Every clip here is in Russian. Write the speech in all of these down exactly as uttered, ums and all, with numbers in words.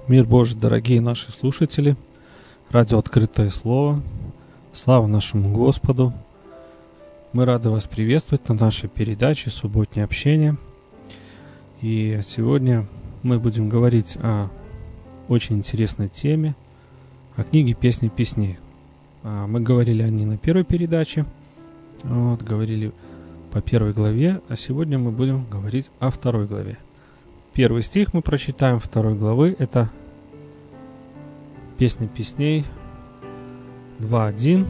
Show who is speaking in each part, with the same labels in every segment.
Speaker 1: Мир Божий, дорогие наши слушатели, радио «Открытое Слово», слава нашему Господу. Мы рады вас приветствовать на нашей передаче «Субботнее общение». И сегодня мы будем говорить о очень интересной теме, о книге «Песни песней». Мы говорили о ней на первой передаче, вот, говорили по первой главе, а сегодня мы будем говорить о второй главе. Первый стих мы прочитаем второй главы, это «Песни песней» два один,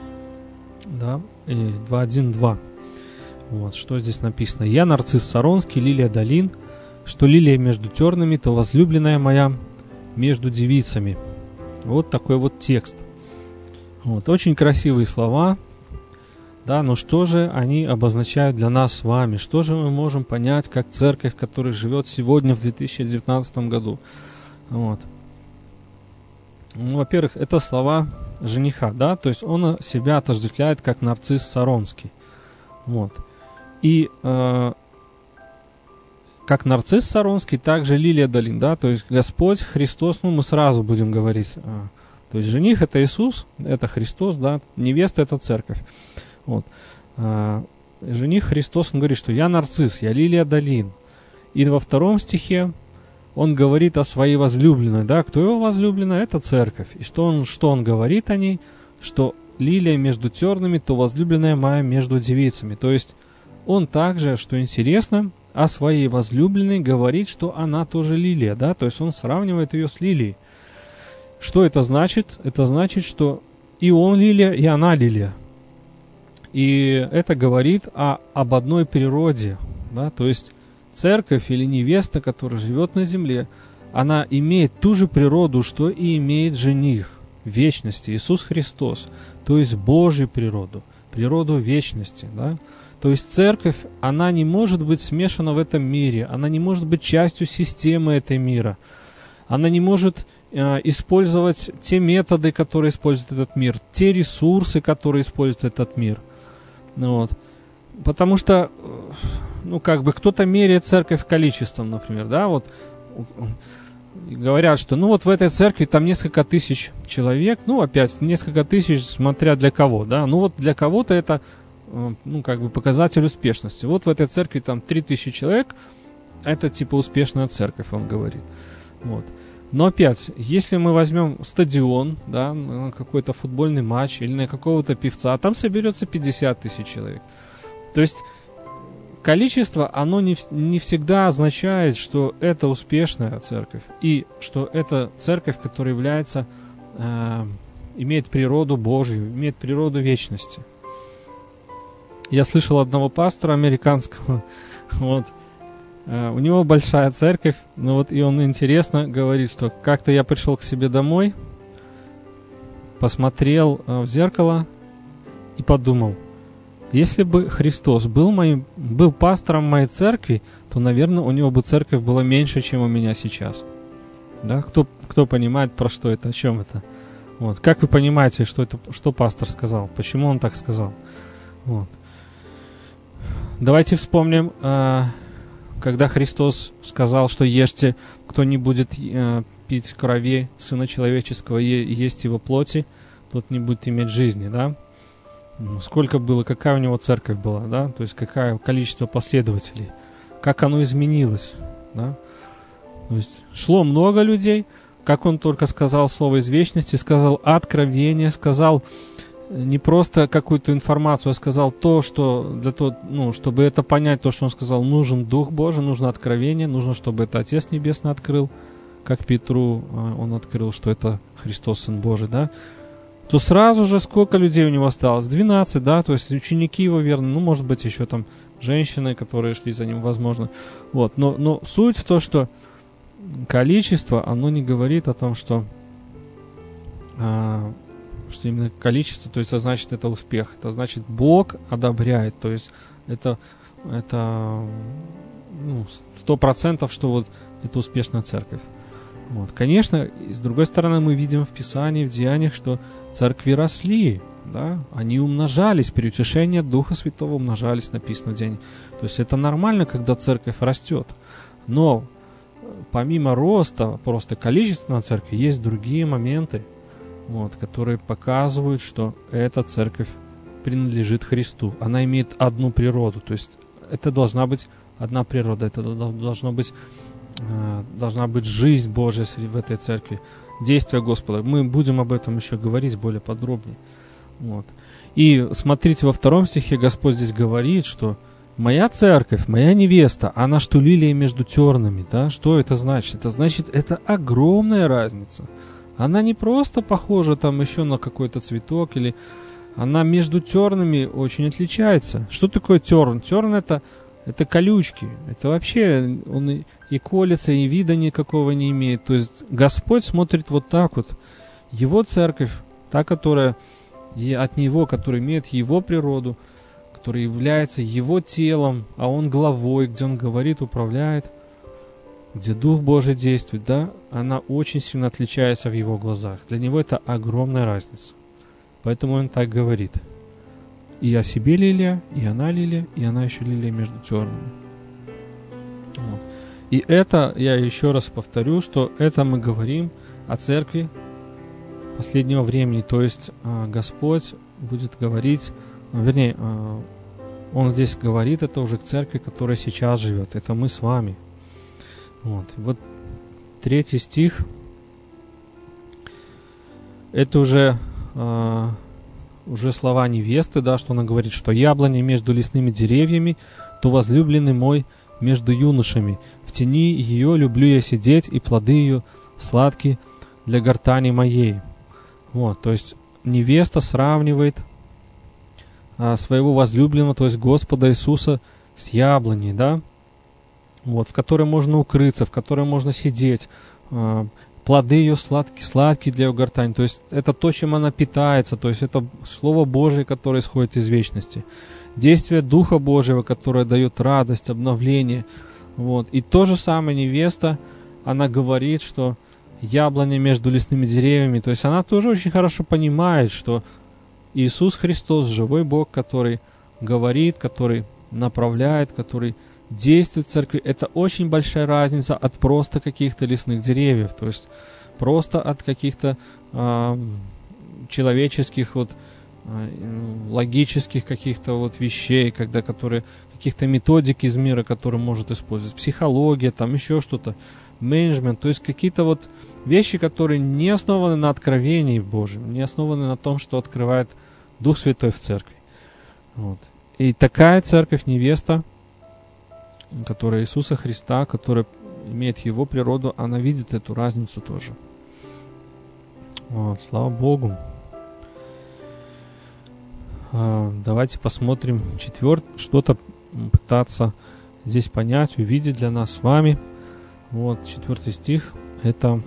Speaker 1: да, и два один два. Вот, что здесь написано. «Я нарцисс Саронский, лилия долин, что лилия между тернами, то возлюбленная моя между девицами». Вот такой вот текст. Вот, очень красивые слова, да, но что же они обозначают для нас с вами? Что же мы можем понять, как церковь, которая живет сегодня в две тысячи девятнадцатом году? Вот. Ну, во-первых, это слова жениха, да, то есть он себя отождествляет как нарцисс Саронский. Вот. И э, как нарцисс Саронский, также лилия долин, да, то есть Господь, Христос, ну мы сразу будем говорить, э, то есть жених это Иисус, это Христос, да, невеста это церковь. Вот. Э, жених Христос, он говорит, что я нарцисс, я лилия долин. И во втором стихе он говорит о своей возлюбленной, да, кто его возлюбленная? Это церковь. И что он, что он говорит о ней? Что лилия между тернами, то возлюбленная моя между девицами. То есть он также, что интересно, о своей возлюбленной говорит, что она тоже лилия, да, то есть он сравнивает ее с лилией. Что это значит? Это значит, что и он лилия, и она лилия. И это говорит о, об одной природе, да, то есть церковь или невеста, которая живет на земле, она имеет ту же природу, что и имеет жених в вечности, Иисус Христос, то есть Божью природу, природу вечности, да. То есть церковь, она не может быть смешана в этом мире, она не может быть частью системы этого мира, она не может э, использовать те методы, которые использует этот мир, те ресурсы, которые использует этот мир. Вот. Потому что, ну, как бы, кто-то меряет церковь количеством, например, да, вот, говорят, что, ну, вот в этой церкви там несколько тысяч человек, ну, опять, несколько тысяч, смотря для кого, да, ну, вот для кого-то это, ну, как бы, показатель успешности. Вот в этой церкви там три тысячи человек, это, типа, успешная церковь, он говорит, вот. Но опять, если мы возьмем стадион, да, на какой-то футбольный матч или на какого-то певца, там соберется пятьдесят тысяч человек. То есть количество, оно не, не всегда означает, что это успешная церковь, и что это церковь, которая является, э, имеет природу Божью, имеет природу вечности. Я слышал одного пастора американского, вот, Uh, у него большая церковь, ну вот, и он интересно говорит, что как-то я пришел к себе домой, посмотрел uh, в зеркало и подумал, если бы Христос был, моим, был пастором моей церкви, то, наверное, у него бы церковь была меньше, чем у меня сейчас. Да? Кто, кто понимает, про что это, о чем это? Вот. Как вы понимаете, что, это, что пастор сказал? Почему он так сказал? Вот. Давайте вспомним... Uh, когда Христос сказал, что ешьте, кто не будет э, пить крови Сына Человеческого и есть Его плоти, тот не будет иметь жизни, да? Сколько было, какая у Него церковь была, да? То есть какое количество последователей, как оно изменилось, да? То есть шло много людей, как Он только сказал слово из вечности, сказал откровение, сказал не просто какую-то информацию, а сказал то, что для того, ну, чтобы это понять, то, что он сказал, нужен Дух Божий, нужно откровение, нужно, чтобы это Отец Небесный открыл, как Петру он открыл, что это Христос, Сын Божий, да, то сразу же сколько людей у него осталось? двенадцать, да, то есть ученики его, верно, ну, может быть, еще там женщины, которые шли за ним, возможно, вот, но, но суть в том, что количество, оно не говорит о том, что а, что именно количество, то есть это значит это успех, это значит Бог одобряет, то есть это это ну, сто процентов, что вот это успешная церковь. Вот. Конечно, с другой стороны мы видим в Писании, в Деяниях, что церкви росли, да, они умножались, при утешении Духа Святого умножались, написано в Деяниях. То есть это нормально, когда церковь растет, но помимо роста, просто количества церкви, есть другие моменты, вот, которые показывают, что эта церковь принадлежит Христу. Она имеет одну природу, то есть это должна быть одна природа, это должно быть, должна быть жизнь Божья в этой церкви, действие Господа. Мы будем об этом еще говорить более подробнее. Вот. И смотрите, во втором стихе Господь здесь говорит, что моя церковь, моя невеста, она что лилия между тернами, да? Что это значит? Это значит, это огромная разница. Она не просто похожа там еще на какой-то цветок, или она между тернами очень отличается. Что такое терн? Терн это, это колючки. Это вообще, он и, и колется, и вида никакого не имеет. То есть Господь смотрит вот так вот. Его церковь, та, которая и от Него, которая имеет Его природу, который является Его телом, а Он главой, где Он говорит, управляет, где Дух Божий действует, да, она очень сильно отличается в Его глазах. Для Него это огромная разница. Поэтому Он так говорит. И о себе лилия, и она лилия, и она еще лилия между тернами. Вот. И это, я еще раз повторю, что это мы говорим о церкви последнего времени. То есть Господь будет говорить, вернее, Он здесь говорит это уже к церкви, которая сейчас живет. Это мы с вами. Вот, вот третий стих. Это уже, э, уже слова невесты, да, что она говорит, что яблоня между лесными деревьями, то возлюбленный мой между юношами. В тени ее люблю я сидеть, и плоды ее сладкие для гортани моей. Вот, то есть невеста сравнивает а, своего возлюбленного, то есть Господа Иисуса, с яблоней, да, вот, в которой можно укрыться, в которой можно сидеть. А, плоды ее сладкие, сладкие для ее гортани. То есть это то, чем она питается, то есть это Слово Божие, которое исходит из вечности. Действие Духа Божьего, которое дает радость, обновление. Вот. И то же самое невеста, она говорит, что яблоня между лесными деревьями. То есть она тоже очень хорошо понимает, что Иисус Христос, живой Бог, который говорит, который направляет, который действует в церкви. Это очень большая разница от просто каких-то лесных деревьев. То есть просто от каких-то э, человеческих, вот, э, логических каких-то вот вещей, когда, которые, каких-то методик из мира, которые может использовать. Психология, там еще что-то. Менеджмент, то есть какие-то вот вещи, которые не основаны на откровении Божьем, не основаны на том, что открывает Дух Святой в церкви. Вот. И такая церковь, невеста, которая Иисуса Христа, которая имеет Его природу, она видит эту разницу тоже. Вот, слава Богу. А, давайте посмотрим четвертое, что-то пытаться здесь понять, увидеть для нас с вами. Вот, четвертый стих, это,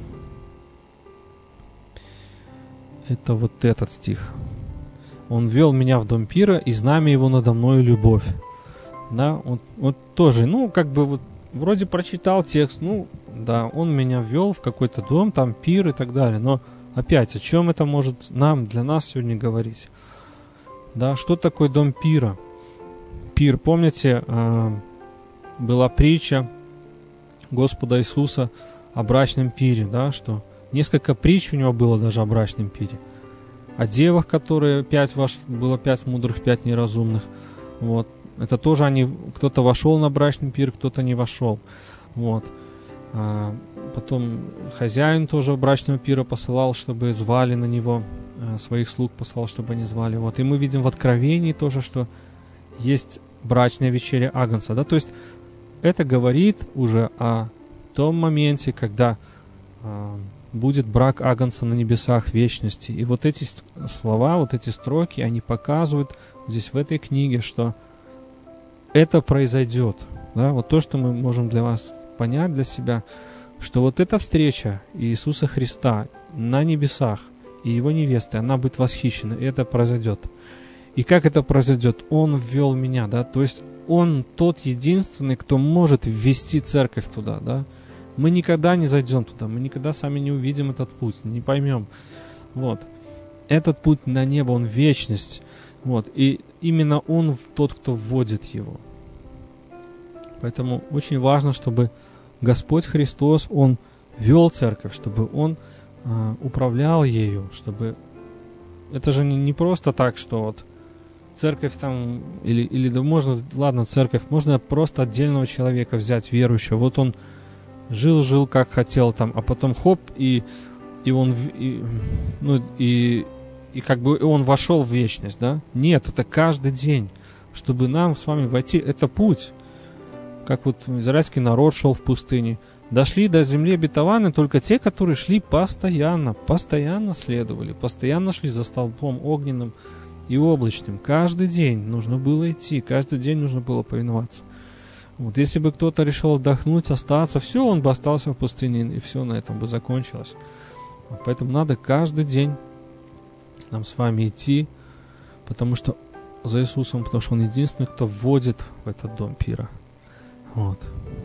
Speaker 1: это вот этот стих. Он ввел меня в дом пира, и знамя его надо мною любовь. Да, вот, вот тоже, ну, как бы вот, вроде прочитал текст, ну, да, он меня ввел в какой-то дом, там пир и так далее, но опять, о чем это может нам, для нас сегодня говорить? Да, что такое дом пира? Пир, помните, э, была притча Господа Иисуса о брачном пире, да, что несколько притч у него было даже о брачном пире. О девах, которые пять вош... было пять мудрых, пять неразумных. Вот. Это тоже они, кто-то вошел на брачный пир, кто-то не вошел. Вот. А потом хозяин тоже брачного пира посылал, чтобы звали на него, а своих слуг послал, чтобы они звали. Вот. И мы видим в Откровении тоже, что есть брачная вечеря Агнца, да, то есть это говорит уже о том моменте, когда э, будет брак Агнца на небесах вечности. И вот эти слова, вот эти строки, они показывают здесь в этой книге, что это произойдет. Да? Вот то, что мы можем для вас понять, для себя, что вот эта встреча Иисуса Христа на небесах и Его невесты, она будет восхищена, и это произойдет. И как это произойдет? Он ввел меня, да, то есть Он тот единственный, кто может ввести церковь туда, да. Мы никогда не зайдем туда, мы никогда сами не увидим этот путь, не поймем. Вот. Этот путь на небо, он вечность. Вот. И именно Он тот, кто вводит его. Поэтому очень важно, чтобы Господь Христос, Он вел церковь, чтобы Он э, управлял ею, чтобы... Это же не, не просто так, что вот церковь там, или, или да можно, ладно, церковь, можно просто отдельного человека взять, верующего. Вот он жил-жил как хотел там, а потом хоп, и, и он, и, ну, и, и как бы он вошел в вечность, да? Нет, это каждый день. Чтобы нам с вами войти, это путь. Как вот израильский народ шел в пустыне. Дошли до земли обетованной только те, которые шли постоянно, постоянно следовали, постоянно шли за столбом огненным и облачным. Каждый день нужно было идти, каждый день нужно было повиноваться. Вот если бы кто-то решил отдохнуть, остаться, все, он бы остался в пустыне, и все на этом бы закончилось. Вот поэтому надо каждый день нам с вами идти, потому что за Иисусом, потому что Он единственный, кто вводит в этот дом пира. Вот.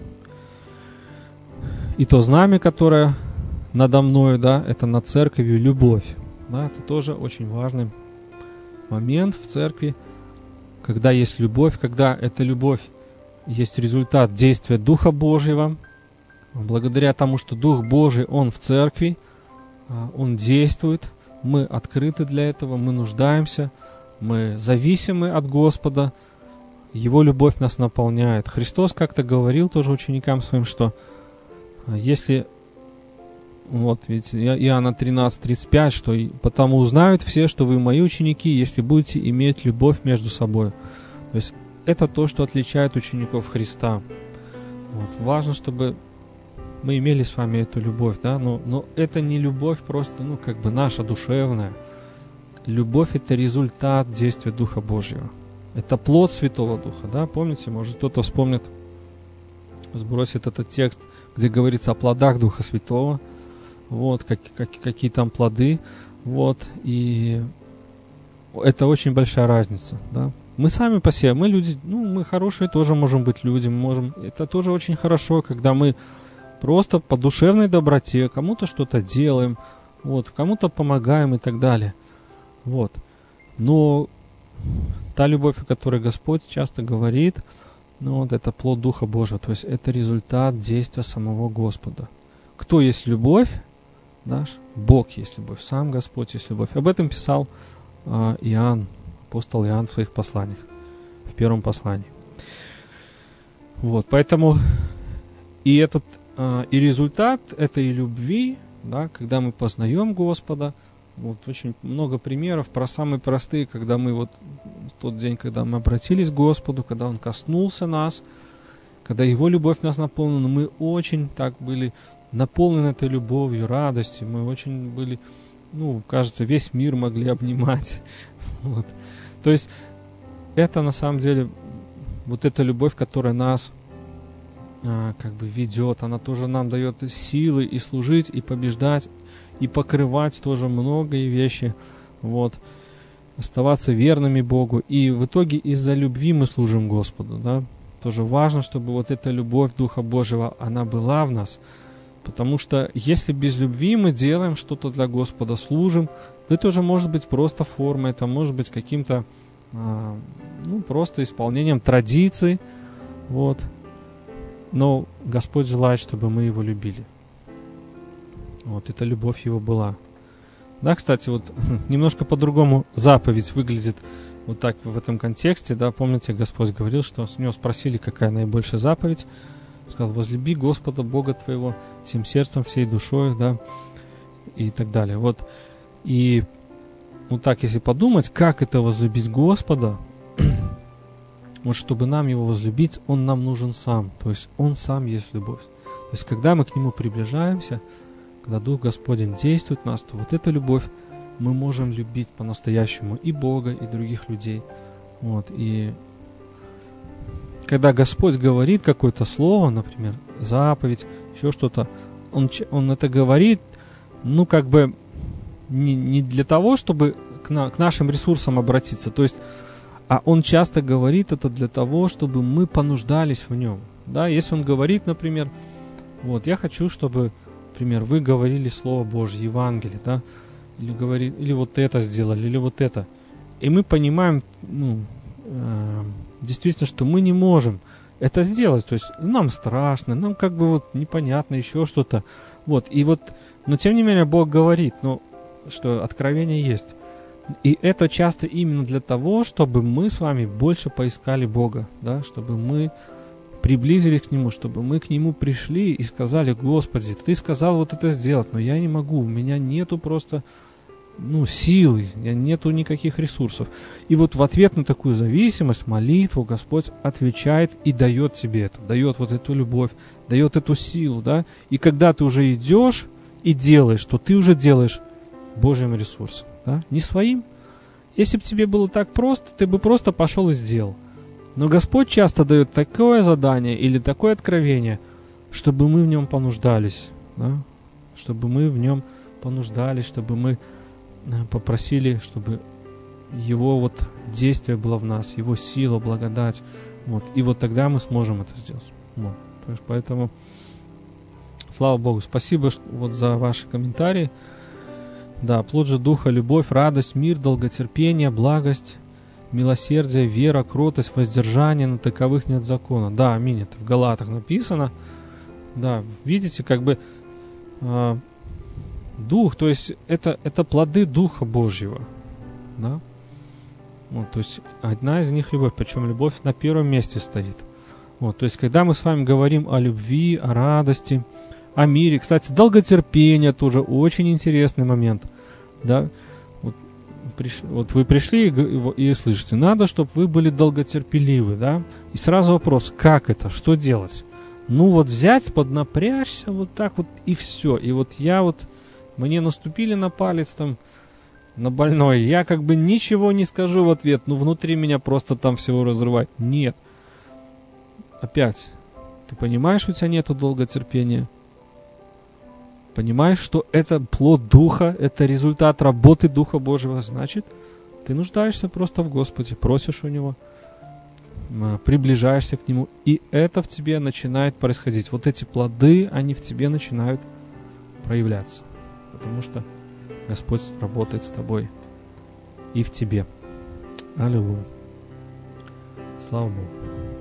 Speaker 1: И то знамя, которое надо мною, да, это над церковью любовь. Да, это тоже очень важный момент в церкви, когда есть любовь, когда эта любовь есть результат действия Духа Божьего. Благодаря тому, что Дух Божий, Он в церкви, Он действует, мы открыты для этого, мы нуждаемся, мы зависимы от Господа, Его любовь нас наполняет. Христос как-то говорил тоже ученикам своим, что если, вот видите, Иоанна тринадцать тридцать пять, что «потому узнают все, что вы мои ученики, если будете иметь любовь между собой». То есть это то, что отличает учеников Христа. Вот. Важно, чтобы мы имели с вами эту любовь, да, но, но это не любовь просто, ну, как бы наша душевная. Любовь — это результат действия Духа Божьего. Это плод Святого Духа, да, помните, может кто-то вспомнит, сбросит этот текст, где говорится о плодах Духа Святого, вот, как, как, какие там плоды, вот, и это очень большая разница, да. Мы сами по себе, мы люди, ну, мы хорошие тоже можем быть люди, мы можем, это тоже очень хорошо, когда мы просто по душевной доброте кому-то что-то делаем, вот, кому-то помогаем и так далее, вот. Но та любовь, о которой Господь часто говорит, ну, вот это плод Духа Божьего, то есть это результат действия самого Господа. Кто есть любовь? Наш Бог есть любовь, сам Господь есть любовь. Об этом писал а, Иоанн, апостол Иоанн в своих посланиях, в первом послании. Вот, поэтому и этот а, и результат этой любви, да, когда мы познаем Господа. Вот очень много примеров про самые простые, когда мы вот в тот день, когда мы обратились к Господу, когда Он коснулся нас, когда Его любовь нас наполнила, мы очень так были наполнены этой любовью, радостью, мы очень были, ну, кажется, весь мир могли обнимать. Вот. То есть это на самом деле вот эта любовь, которая нас а, как бы ведет, она тоже нам дает силы и служить, и побеждать, и покрывать тоже многие вещи, вот, оставаться верными Богу. И в итоге из-за любви мы служим Господу, да. Тоже важно, чтобы вот эта любовь Духа Божьего, она была в нас. Потому что если без любви мы делаем что-то для Господа, служим, то это уже может быть просто формой, это может быть каким-то, а, ну, просто исполнением традиций, вот. Но Господь желает, чтобы мы Его любили. Вот, эта любовь Его была. Да, кстати, вот немножко по-другому заповедь выглядит вот так в этом контексте, да, помните, Господь говорил, что с Него спросили, какая наибольшая заповедь. Он сказал: возлюби Господа Бога твоего всем сердцем, всей душой, да, и так далее. Вот, и вот так, если подумать, как это возлюбить Господа, вот чтобы нам Его возлюбить, Он нам нужен сам, то есть Он сам есть любовь. То есть когда мы к Нему приближаемся, когда Дух Господень действует в нас, то вот эта любовь, мы можем любить по-настоящему и Бога, и других людей. Вот, и когда Господь говорит какое-то слово, например, заповедь, еще что-то, Он, он это говорит, ну, как бы, не, не для того, чтобы к, на, к нашим ресурсам обратиться, то есть, а Он часто говорит это для того, чтобы мы понуждались в Нем. Да, если Он говорит, например, вот, я хочу, чтобы, например, вы говорили Слово Божье, Евангелие, да, или, говори, или вот это сделали, или вот это. И мы понимаем, ну, э, действительно, что мы не можем это сделать. То есть нам страшно, нам как бы вот непонятно еще что-то. Вот, и вот, но тем не менее Бог говорит, ну, что откровение есть. И это часто именно для того, чтобы мы с вами больше поискали Бога, да, чтобы мы приблизились к Нему, чтобы мы к Нему пришли и сказали: Господи, Ты сказал вот это сделать, но я не могу, у меня нету просто, ну, силы, у меня нету никаких ресурсов. И вот в ответ на такую зависимость, молитву, Господь отвечает и дает тебе это, дает вот эту любовь, дает эту силу, да. И когда ты уже идешь и делаешь, то ты уже делаешь Божьим ресурсом, да, не своим. Если бы тебе было так просто, ты бы просто пошел и сделал. Но Господь часто дает такое задание или такое откровение, чтобы мы в нем понуждались, да? Чтобы мы в нем понуждались, чтобы мы попросили, чтобы Его вот действие было в нас, Его сила, благодать. Вот. И вот тогда мы сможем это сделать. Вот. Поэтому, слава Богу, спасибо вот за ваши комментарии. Да, плод же Духа, любовь, радость, мир, долготерпение, благость, милосердие, вера, кротость, воздержание, на таковых нет закона. Да, аминь, это в Галатах написано. Да, видите, как бы э, Дух, то есть это, это плоды Духа Божьего. Да? Вот, то есть одна из них любовь, причем любовь на первом месте стоит. Вот, то есть когда мы с вами говорим о любви, о радости, о мире, кстати, долготерпение тоже очень интересный момент. Да? Вот, приш, вот вы пришли и, и слышите, надо, чтобы вы были долготерпеливы, да? И сразу вопрос, как это, что делать? Ну вот взять, поднапрячься вот так вот и все. И вот я вот, мне наступили на палец там, на больной, я как бы ничего не скажу в ответ, но внутри меня просто там всего разрывает. Нет. Опять, ты понимаешь, у тебя нету долготерпения? Понимаешь, что это плод Духа, это результат работы Духа Божьего, значит, ты нуждаешься просто в Господе, просишь у Него, приближаешься к Нему, и это в тебе начинает происходить. Вот эти плоды, они в тебе начинают проявляться, потому что Господь работает с тобой и в тебе. Аллилуйя. Слава Богу.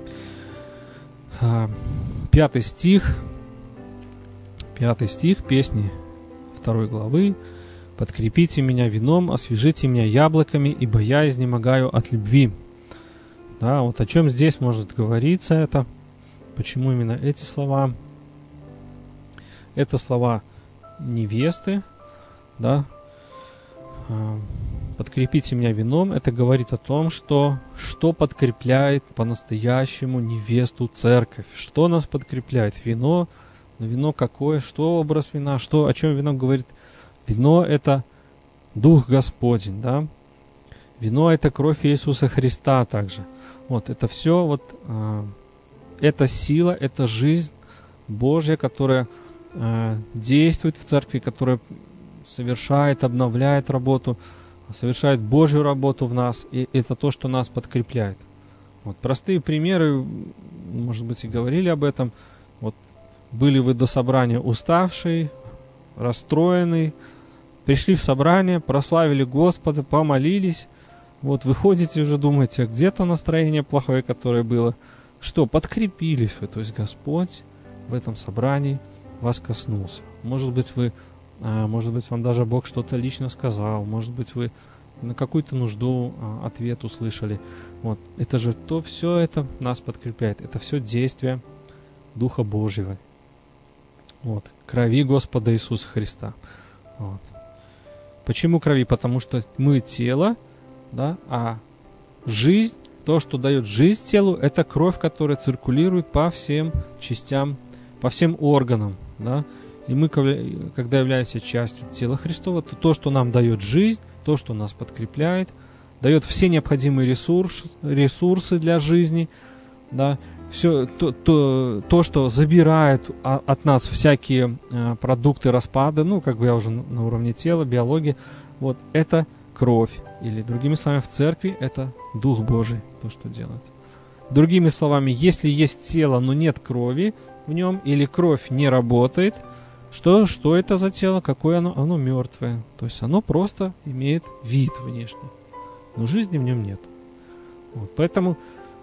Speaker 1: А, пятый стих. Пятый стих песни второй главы. «Подкрепите меня вином, освежите меня яблоками, ибо я изнемогаю от любви». Да, вот о чем здесь может говориться это. Почему именно эти слова? Это слова невесты, да. «Подкрепите меня вином» — это говорит о том, что что подкрепляет по-настоящему невесту церковь. Что нас подкрепляет? Вино. Но вино какое? Что образ вина? Что, о чем вино говорит? Вино — это Дух Господень, да? Вино — это кровь Иисуса Христа также. Вот, это все, вот, э, это сила, это жизнь Божья, которая э, действует в церкви, которая совершает, обновляет работу, совершает Божью работу в нас, и это то, что нас подкрепляет. Вот, простые примеры, может быть, и говорили об этом. Вот, были вы до собрания уставший, расстроенный, пришли в собрание, прославили Господа, помолились, вот выходите уже, думаете, где то настроение плохое, которое было. Что, подкрепились вы, то есть Господь в этом собрании вас коснулся. Может быть, вы, а, может быть, вам даже Бог что-то лично сказал, может быть, вы на какую-то нужду а, ответ услышали. Вот, это же то, все это нас подкрепляет, это все действие Духа Божьего. Вот, крови Господа Иисуса Христа. Вот. Почему крови? Потому что мы тело, да, а жизнь, то, что дает жизнь телу, это кровь, которая циркулирует по всем частям, по всем органам, да. И мы, когда являемся частью тела Христова, то то, что нам дает жизнь, то, что нас подкрепляет, дает все необходимые ресурсы, ресурсы для жизни, да, все то, то, то, что забирает от нас всякие э, продукты распада, ну, как бы я уже на уровне тела, биологии, вот это кровь. Или, другими словами, в церкви это Дух Божий, то, что делает. Другими словами, если есть тело, но нет крови в нем, или кровь не работает, что, что это за тело, какое оно? Оно мертвое. То есть оно просто имеет вид внешний, но жизни в нем нет. Вот, поэтому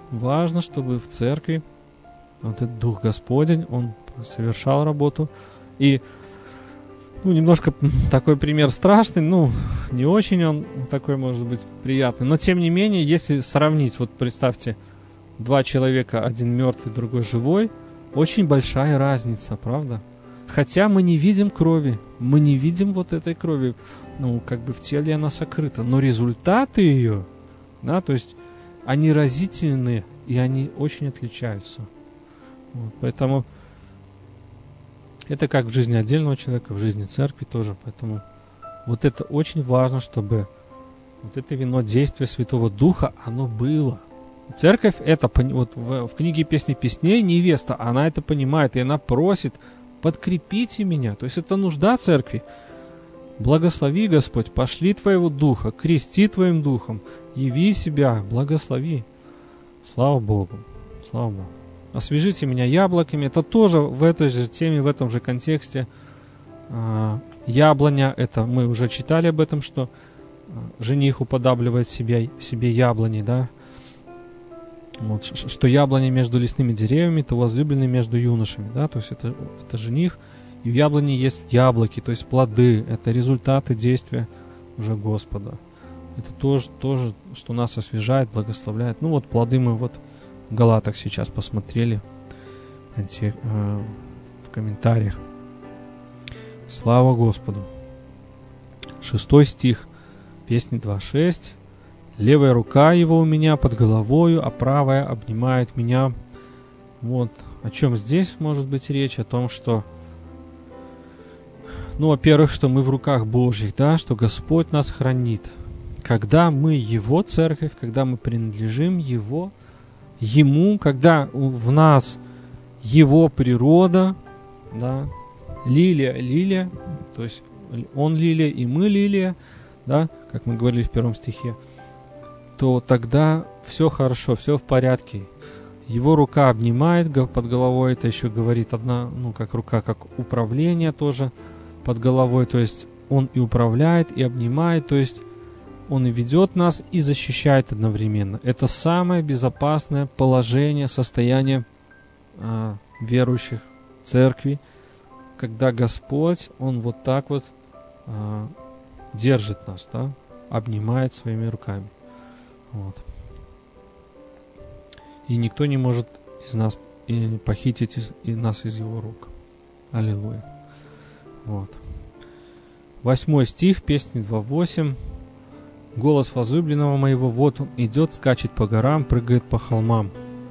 Speaker 1: важно, чтобы в церкви вот этот Дух Господень, Он совершал работу. И ну, немножко такой пример страшный, ну, не очень он такой, может быть, приятный. Но, тем не менее, если сравнить, вот представьте, два человека, один мертвый, другой живой, очень большая разница, правда? Хотя мы не видим крови, мы не видим вот этой крови, ну, как бы в теле она сокрыта, но результаты ее, да, то есть они разительные, и они очень отличаются. Вот, поэтому это как в жизни отдельного человека, в жизни церкви тоже. Поэтому вот это очень важно, чтобы вот это вино действия Святого Духа, оно было. Церковь это, вот в, в книге «Песни песней» невеста, она это понимает, и она просит: подкрепите меня. То есть это нужда церкви. Благослови, Господь, пошли Твоего Духа, крести Твоим Духом, яви себя, благослови. Слава Богу, слава Богу. Освежите меня яблоками. Это тоже в этой же теме, в этом же контексте. А, яблоня, это мы уже читали об этом, что жених уподабливает себе, себе яблони, да. Вот, что яблони между лесными деревьями, то возлюбленный между юношами, да. То есть это, это жених, и в яблоне есть яблоки, то есть плоды. Это результаты действия уже Господа. Это тоже, тоже, что нас освежает, благословляет. Ну вот плоды мы вот в Галатах сейчас посмотрели эти, э, в комментариях. Слава Господу. Шестой стих, песни два шесть. Левая рука его у меня под головою, а правая обнимает меня. Вот о чем здесь может быть речь, о том, что, ну, во-первых, что мы в руках Божьих, да, что Господь нас хранит. Когда мы Его церковь, когда мы принадлежим Его, Ему, когда в нас Его природа, да, лилия, лилия, то есть Он лилия и мы лилия, да, как мы говорили в первом стихе, то тогда все хорошо, все в порядке. Его рука обнимает под головой, это еще говорит одна, ну, как рука, как управление тоже под головой, то есть Он и управляет, и обнимает, то есть Он и ведет нас, и защищает одновременно. Это самое безопасное положение, состояние а, верующих в церкви, когда Господь, Он вот так вот а, держит нас, да, обнимает своими руками. Вот. И никто не может из нас и похитить из, и нас из Его рук. Аллилуйя. Вот. Восьмой стих, песни два восемь. Голос возлюбленного моего, вот он идет, скачет по горам, прыгает по холмам.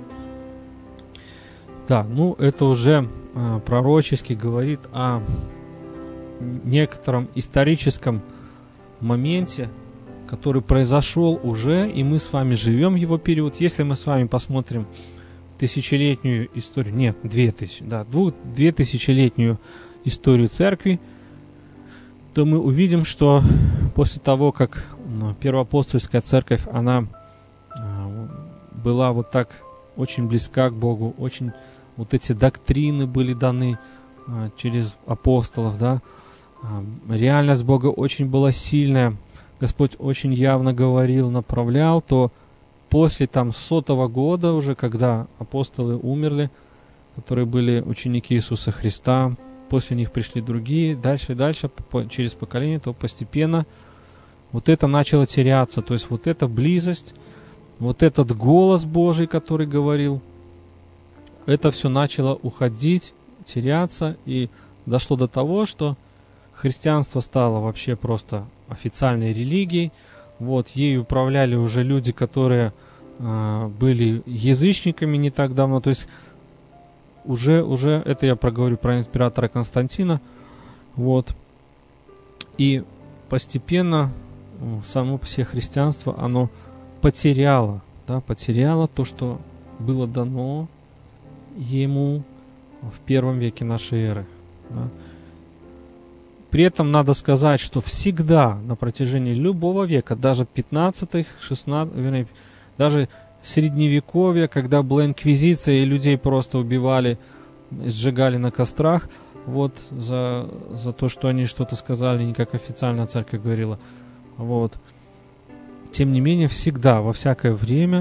Speaker 1: Да, ну это уже э, пророчески говорит о некотором историческом моменте, который произошел уже, и мы с вами живем в его период. Если мы с вами посмотрим тысячелетнюю историю, нет, две тысячи, да, двух, две тысячелетнюю историю церкви, то мы увидим, что после того, как первоапостольская церковь, она а, была вот так очень близка к Богу, очень вот эти доктрины были даны а, через апостолов, да, а, реальность Бога очень была сильная, Господь очень явно говорил, направлял, то после там сотого года уже, когда апостолы умерли, которые были ученики Иисуса Христа, после них пришли другие, дальше и дальше, по, через поколение, то постепенно вот это начало теряться, то есть вот эта близость, вот этот голос Божий, который говорил, это все начало уходить, теряться, и дошло до того, что христианство стало вообще просто официальной религией, вот, ей управляли уже люди, которые э, были язычниками не так давно, то есть уже, уже, это я проговорю про императора Константина, вот, и постепенно само по себе христианство, оно потеряло, да, потеряло то, что было дано ему в первом веке нашей эры. Да. При этом надо сказать, что всегда на протяжении любого века, даже пятнадцатых, шестнадцатых, вернее, даже средневековья, когда была инквизиция и людей просто убивали, сжигали на кострах, вот, за, за то, что они что-то сказали, не как официальная церковь говорила. Вот. Тем не менее, всегда, во всякое время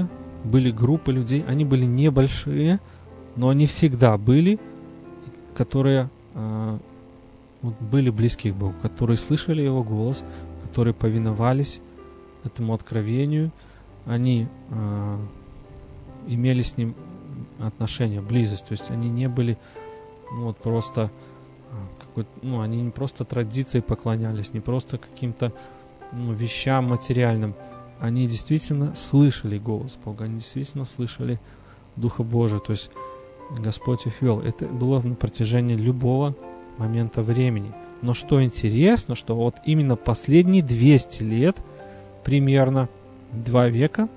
Speaker 1: были группы людей, они были небольшие, но они всегда были, которые э, вот, были близки к Богу, которые слышали Его голос, которые повиновались этому откровению, они э, имели с Ним отношения, близость, то есть они не были ну, вот просто ну, они не просто традицией поклонялись, не просто каким-то ну, вещам материальным, они действительно слышали голос Бога, они действительно слышали Духа Божия, то есть Господь их вел. Это было на протяжении любого момента времени. Но что интересно, что вот именно последние двести лет, примерно два века,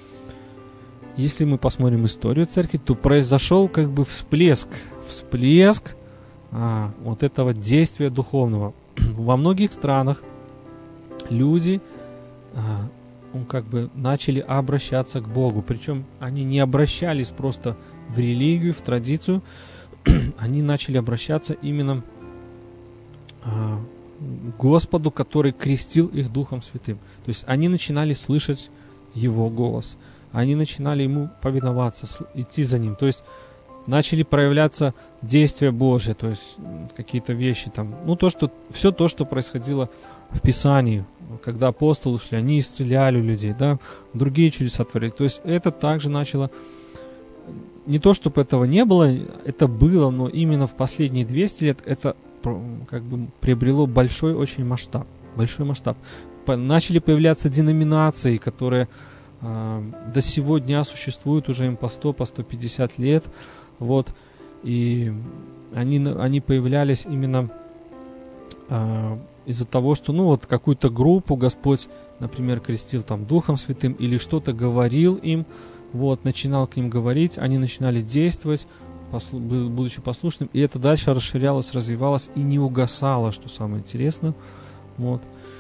Speaker 1: если мы посмотрим историю церкви, то произошел как бы всплеск, всплеск а, вот этого действия духовного. Во многих странах люди а, ну, как бы начали обращаться к Богу. Причем они не обращались просто в религию, в традицию, они начали обращаться именно а, к Господу, который крестил их Духом Святым. То есть они начинали слышать Его голос. Они начинали Ему повиноваться, идти за Ним. То есть начали проявляться действия Божьи, то есть какие-то вещи там. Ну, то, что, все то, что происходило в Писании, когда апостолы шли, они исцеляли людей, да, другие чудеса творили. То есть это также начало, не то, чтобы этого не было, это было, но именно в последние двести лет это как бы приобрело большой очень масштаб, большой масштаб. Начали появляться деноминации, которые до сего дня существуют уже им по сто, по сто пятьдесят лет, вот, и они, они появлялись именно а, из-за того, что, ну, вот какую-то группу Господь, например, крестил там Духом Святым или что-то говорил им, вот, начинал к ним говорить, они начинали действовать, послу, будучи послушным, и это дальше расширялось, развивалось и не угасало, что самое интересное, вот,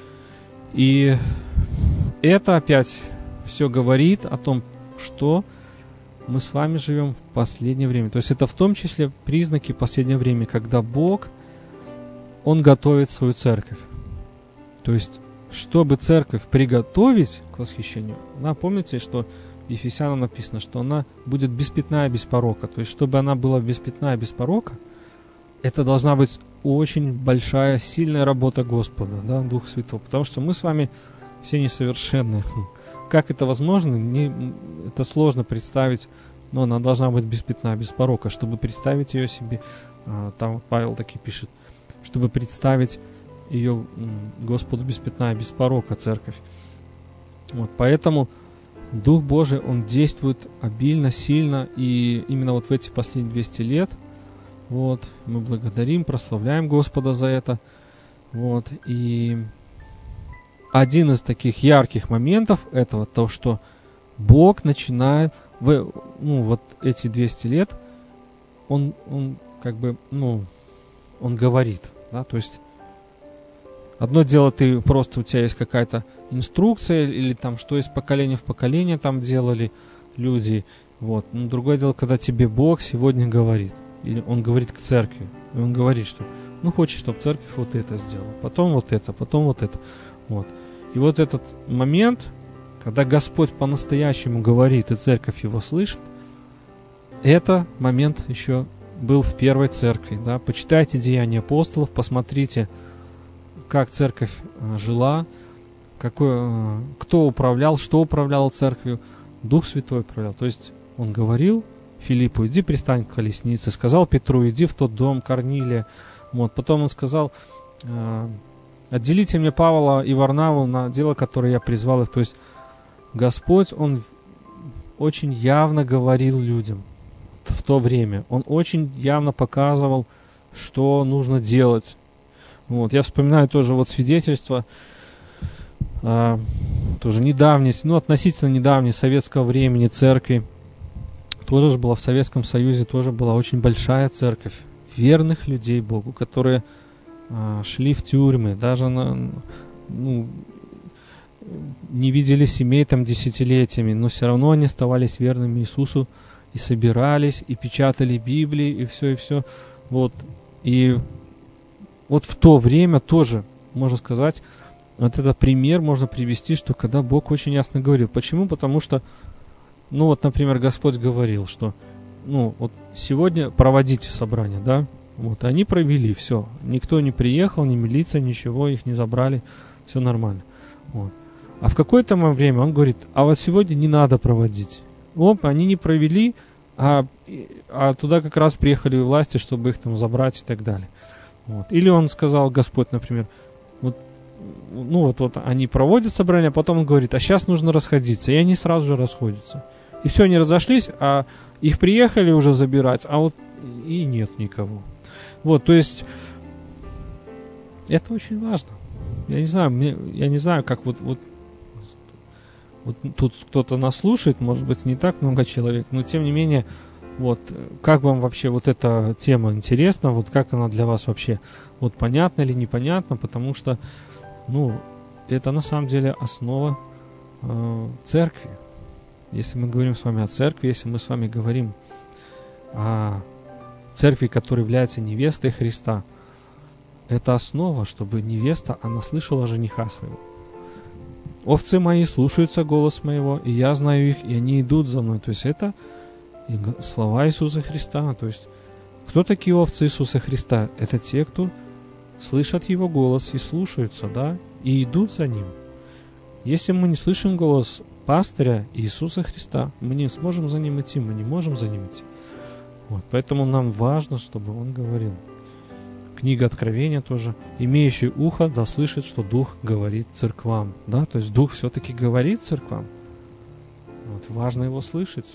Speaker 1: и это опять все говорит о том, что мы с вами живем в последнее время. То есть это в том числе признаки последнего времени, когда Бог, Он готовит свою церковь. То есть, чтобы церковь приготовить к восхищению, напомните, что в Ефесянам написано, что она будет без пятна и без порока. То есть, чтобы она была без пятна и без порока, это должна быть очень большая, сильная работа Господа, да, Духа Святого. Потому что мы с вами все несовершенны. Как это возможно, не, это сложно представить, но она должна быть без пятна, без порока. Чтобы представить ее себе, а, там Павел таки пишет, чтобы представить ее Господу без пятна и без порока, церковь. Вот, поэтому Дух Божий, Он действует обильно, сильно, и именно вот в эти последние двести лет, вот, мы благодарим, прославляем Господа за это, вот, и один из таких ярких моментов этого, то, что Бог начинает, в, ну, вот эти двести лет, Он, он как бы, ну, Он говорит, да, то есть одно дело, ты просто, у тебя есть какая-то инструкция, или там, что из поколения в поколение там делали люди, вот, но другое дело, когда тебе Бог сегодня говорит, или Он говорит к церкви, и Он говорит, что, ну, хочет, чтобы церковь вот это сделала, потом вот это, потом вот это, вот. И вот этот момент, когда Господь по-настоящему говорит, и церковь Его слышит, это момент еще был в первой церкви. Да? Почитайте Деяния апостолов, посмотрите, как церковь жила, какой, кто управлял, что управлял церковью. Дух Святой управлял. То есть Он говорил Филиппу, иди пристань к колеснице, сказал Петру, иди в тот дом Корнилия. Вот. Потом Он сказал, отделите мне Павла и Варнаву на дело, которое я призвал их. То есть Господь, Он очень явно говорил людям в то время. Он очень явно показывал, что нужно делать. Вот. Я вспоминаю тоже вот свидетельство, а, тоже недавнее, ну относительно недавнее, советского времени церкви. Тоже же была в Советском Союзе, тоже была очень большая церковь верных людей Богу, которые шли в тюрьмы, даже на, ну, не видели семей там десятилетиями, но все равно они оставались верными Иисусу и собирались, и печатали Библии, и все, и все. Вот. И вот в то время тоже, можно сказать, вот этот пример можно привести, что когда Бог очень ясно говорил. Почему? Потому что ну вот, например, Господь говорил, что, ну, вот сегодня проводите собрание, да, вот, они провели, все, никто не приехал, ни милиция, ничего, их не забрали, все нормально, вот. А в какое-то время он говорит, а вот сегодня не надо проводить. Оп, они не провели, а, а туда как раз приехали власти, чтобы их там забрать и так далее. Вот. Или он сказал, Господь, например, вот, ну вот, вот они проводят собрание, а потом он говорит, а сейчас нужно расходиться, и они сразу же расходятся. И все, они разошлись, а их приехали уже забирать, а вот и нет никого. Вот, то есть, это очень важно. Я не знаю, мне, я не знаю, как вот, вот, вот тут кто-то нас слушает, может быть, не так много человек, но тем не менее, вот, как вам вообще вот эта тема интересна, вот как она для вас вообще, вот понятна или непонятна, потому что, ну, это на самом деле основа э, церкви. Если мы говорим с вами о церкви, если мы с вами говорим о церкви, которая является невестой Христа, это основа, чтобы невеста, она слышала жениха своего. Овцы мои слушаются голос моего, и я знаю их, и они идут за мной. То есть это слова Иисуса Христа. То есть кто такие овцы Иисуса Христа? Это те, кто слышат Его голос и слушаются, да, и идут за Ним. Если мы не слышим голос пастыря Иисуса Христа, мы не сможем за Ним идти, мы не можем за Ним идти. Вот, поэтому нам важно, чтобы Он говорил. Книга Откровения тоже. Имеющий ухо да слышит, что Дух говорит церквам. Да? То есть Дух все-таки говорит церквам. Вот, важно Его слышать.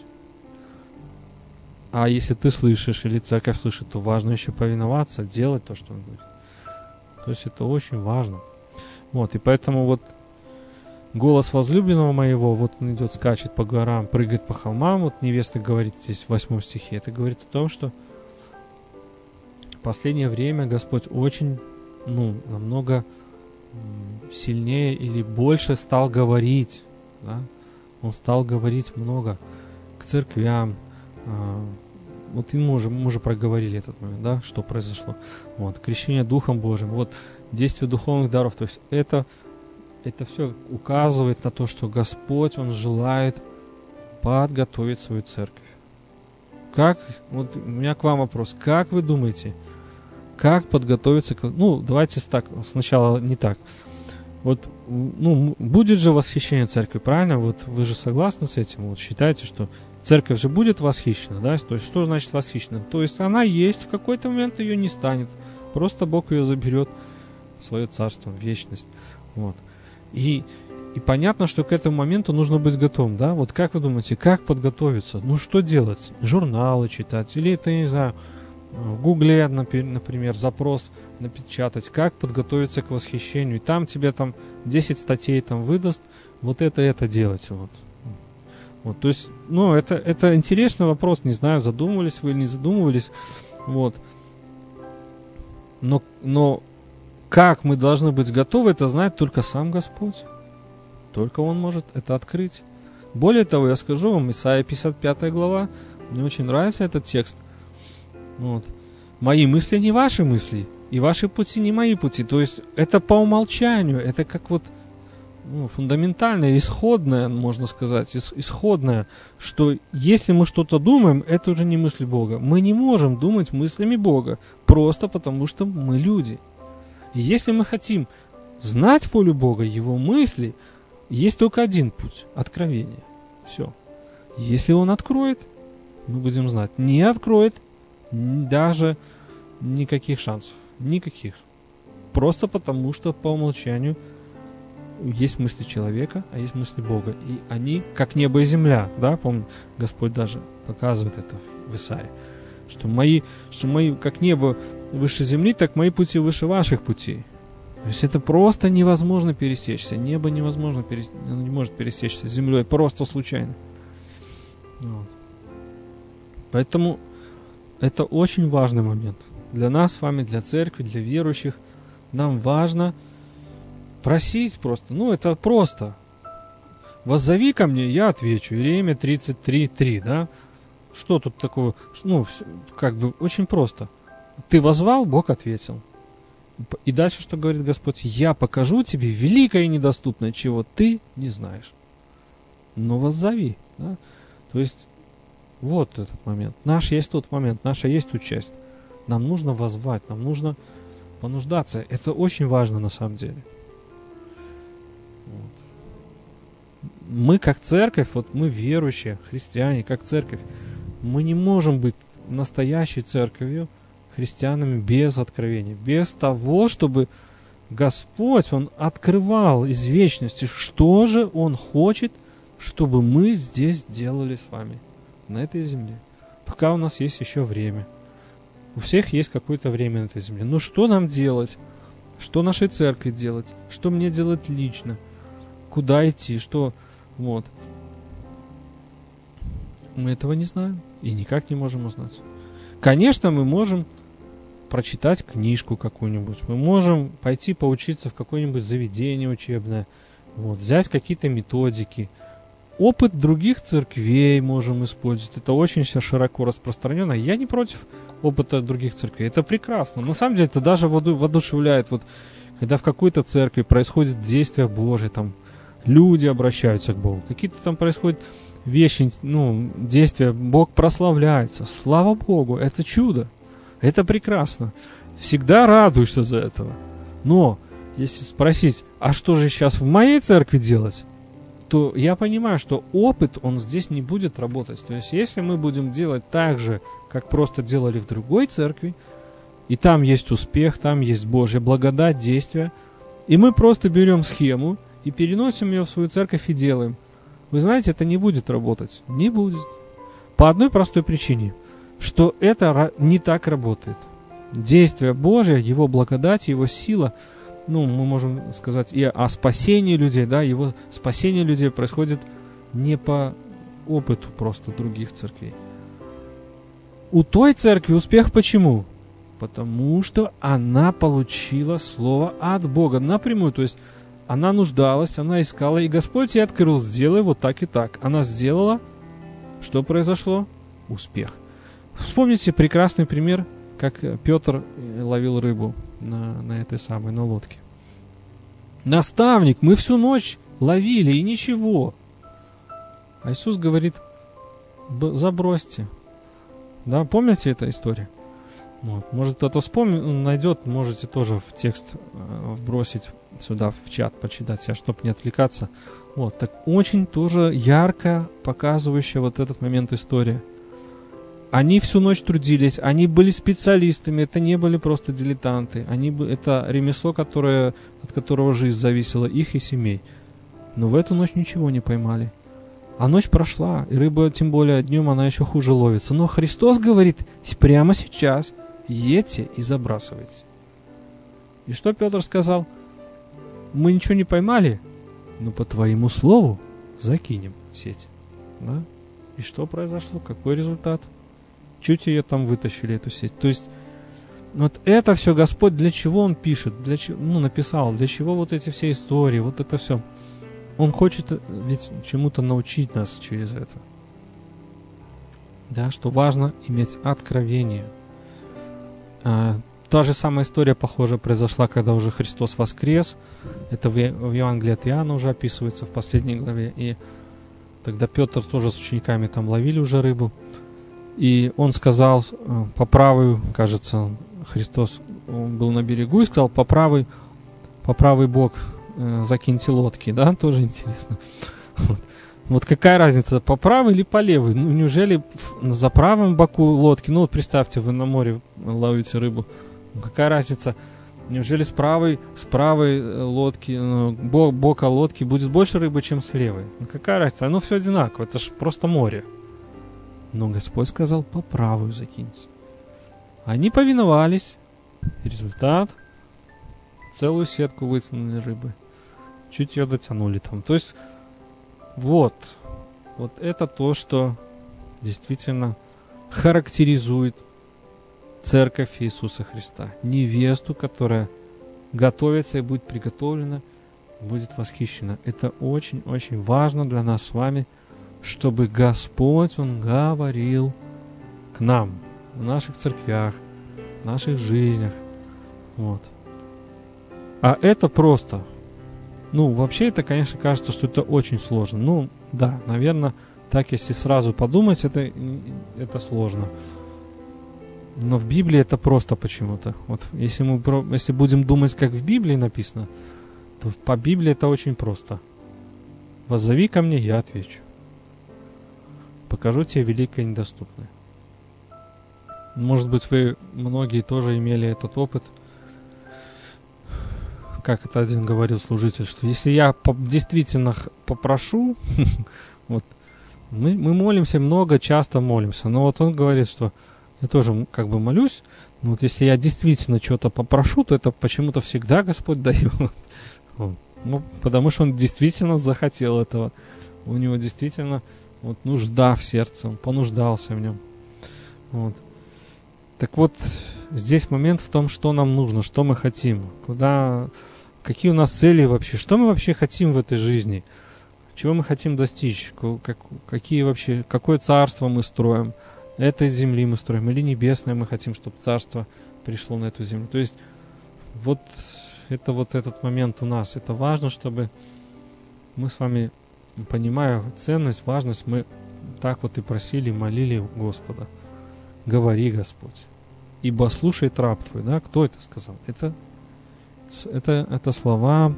Speaker 1: А если ты слышишь, или церковь слышит, то важно еще повиноваться, делать то, что Он говорит. То есть это очень важно. Вот, и поэтому вот голос возлюбленного моего, вот он идет, скачет по горам, прыгает по холмам, вот невеста говорит здесь в восьмом стихе, это говорит о том, что в последнее время Господь очень, ну, намного сильнее или больше стал говорить, да? Он стал говорить много к церквям. Вот и мы уже, мы уже проговорили этот момент, да, что произошло. Вот, крещение Духом Божьим, вот, действие духовных даров, то есть это, это все указывает на то, что Господь, Он желает подготовить свою церковь. Как, вот у меня к вам вопрос, как вы думаете, как подготовиться к... Ну, давайте так, сначала не так. Вот, ну, будет же восхищение церкви, правильно? Вот вы же согласны с этим? Вот считаете, что церковь же будет восхищена, да? То есть, что значит восхищена? То есть, она есть, в какой-то момент ее не станет. Просто Бог ее заберет в свое царство, в вечность. Вот. И, и понятно, что к этому моменту нужно быть готовым, да? Вот как вы думаете, как подготовиться? Ну, что делать? Журналы читать? Или это, я не знаю, в Гугле, например, запрос напечатать, как подготовиться к восхищению. И там тебе там десять статей там выдаст, вот это, это делать. Вот. Вот, то есть, ну, это, это интересный вопрос, не знаю, задумывались вы или не задумывались. Вот. Но, но как мы должны быть готовы, это знает только сам Господь. Только Он может это открыть. Более того, я скажу вам, Исайя пятьдесят пятая глава, мне очень нравится этот текст. Вот. Мои мысли не ваши мысли, и ваши пути не мои пути. То есть это по умолчанию, это как вот, ну, фундаментальное, исходное, можно сказать, исходное, что если мы что-то думаем, это уже не мысли Бога. Мы не можем думать мыслями Бога, просто потому что мы люди. И если мы хотим знать волю Бога, Его мысли, есть только один путь – откровение. Все. Если Он откроет, мы будем знать. Не откроет, даже никаких шансов. Никаких. Просто потому, что по умолчанию есть мысли человека, а есть мысли Бога. И они как небо и земля. Да, помню, Господь даже показывает это в Исаии. Что мои, что мои, как небо выше земли, так мои пути выше ваших путей. То есть это просто невозможно пересечься. Небо невозможно пересечься, оно не может пересечься с землей просто случайно. Вот. Поэтому это очень важный момент. Для нас с вами, для церкви, для верующих. Нам важно просить просто. Ну, это просто. Воззови ко мне, я отвечу. Иеремия тридцать три три, да? Что тут такого? Ну, как бы очень просто. Ты воззвал, Бог ответил. И дальше что говорит Господь? Я покажу тебе великое и недоступное, чего ты не знаешь. Но воззови. Да? То есть вот этот момент. Наш есть тот момент, наша есть тут часть. Нам нужно воззвать, нам нужно понуждаться. Это очень важно на самом деле. Вот. Мы как церковь, вот мы верующие, христиане, как церковь, мы не можем быть настоящей церковью, христианами без откровения, без того, чтобы Господь, Он открывал из вечности, что же Он хочет, чтобы мы здесь делали с вами, на этой земле, пока у нас есть еще время. У всех есть какое-то время на этой земле. Ну что нам делать? Что нашей церкви делать? Что мне делать лично? Куда идти? Что? Вот. Мы этого не знаем и никак не можем узнать. Конечно, мы можем прочитать книжку какую-нибудь, мы можем пойти поучиться в какое-нибудь заведение учебное, вот, взять какие-то методики. Опыт других церквей можем использовать. Это очень все широко распространено. Я не против опыта других церквей. Это прекрасно. На самом деле это даже воодушевляет. Вот, когда в какой-то церкви происходит действие Божие, там люди обращаются к Богу, какие-то там происходят вещи, ну, действия, Бог прославляется. Слава Богу, это чудо. Это прекрасно. Всегда радуешься за этого. Но, если спросить, а что же сейчас в моей церкви делать, то я понимаю, что опыт, он здесь не будет работать. То есть, если мы будем делать так же, как просто делали в другой церкви, и там есть успех, там есть Божья благодать, действия, и мы просто берем схему и переносим ее в свою церковь и делаем, вы знаете, это не будет работать. Не будет. По одной простой причине, что это не так работает. Действие Божие, Его благодать, Его сила, ну, мы можем сказать и о спасении людей, да, Его спасение людей происходит не по опыту просто других церквей. У той церкви успех почему? Потому что она получила слово от Бога напрямую, то есть она нуждалась, она искала, и Господь ей открыл, сделай вот так и так. Она сделала, что произошло? Успех. Вспомните прекрасный пример, как Петр ловил рыбу на, на этой самой, на лодке. Наставник, мы всю ночь ловили, и ничего. А Иисус говорит, забросьте. Да, помните эту историю? Вот. Может, кто-то вспомнит, найдет, можете тоже в текст э, вбросить сюда, в чат, почитать, чтобы не отвлекаться. Вот, так очень тоже ярко показывающая вот этот момент история. Они всю ночь трудились, они были специалистами, это не были просто дилетанты. Они, это ремесло, которое, от которого жизнь зависела, их и семей. Но в эту ночь ничего не поймали. А ночь прошла, и рыба, тем более днем, она еще хуже ловится. Но Христос говорит, прямо сейчас едьте и забрасывайте. И что Петр сказал? Мы ничего не поймали, но по твоему слову закинем сеть. Да? И что произошло? Какой результат? Чуть ее там вытащили, эту сеть. То есть, вот это все Господь, для чего Он пишет, для чего, ну, написал, для чего вот эти все истории, вот это все. Он хочет ведь чему-то научить нас через это. Да, что важно иметь откровение. А, та же самая история, похоже, произошла, когда уже Христос воскрес. Это в, в Евангелии от Иоанна уже описывается в последней главе. И тогда Петр тоже с учениками там ловили уже рыбу. И он сказал, по правой, кажется, Христос был на берегу и сказал, по правой, по правый бок э, закиньте лодки, да, тоже интересно. Вот. Вот какая разница, по правой или по левой? Ну, неужели за правым боку лодки, ну вот представьте, вы на море ловите рыбу, ну, какая разница, неужели с правой, с правой лодки, ну, бок, бока лодки будет больше рыбы, чем с левой? Ну, какая разница, оно все одинаково, это же просто море. Но Господь сказал, по правую закиньте. Они повиновались. Результат. Целую сетку вытянули рыбы. Чуть ее дотянули там. То есть, вот. Вот это то, что действительно характеризует Церковь Иисуса Христа. Невесту, которая готовится и будет приготовлена, будет восхищена. Это очень-очень важно для нас с вами, чтобы Господь, Он говорил к нам в наших церквях, в наших жизнях. Вот. А это просто. Ну, вообще это, конечно, кажется, что это очень сложно. Ну, да, наверное, Так, если сразу подумать, это, это сложно. Но в Библии это просто почему-то. Вот если мы если будем думать, как в Библии написано, то по Библии это очень просто. Воззови ко мне, я отвечу. Покажу тебе великое и недоступное. Может быть, вы многие тоже имели этот опыт. Как это один говорил служитель, что если я действительно попрошу, вот, мы, мы молимся много, часто молимся, но вот он говорит, что я тоже как бы молюсь, но вот если я действительно что-то попрошу, то это почему-то всегда Господь дает. Вот. Ну, потому что он действительно захотел этого. У него действительно вот нужда в сердце, он понуждался в нем. Вот. Так вот, здесь момент в том, что нам нужно, что мы хотим, куда, какие у нас цели вообще, что мы вообще хотим в этой жизни, чего мы хотим достичь, как, какие вообще, какое царство мы строим, этой земли мы строим или небесное мы хотим, чтобы царство пришло на эту землю. То есть вот это вот этот момент у нас, это важно, чтобы мы с вами, понимая ценность, важность, мы так вот и просили, молили Господа. Говори, Господь, ибо слушает раб твой. Да? Кто это сказал? Это, это, это слова,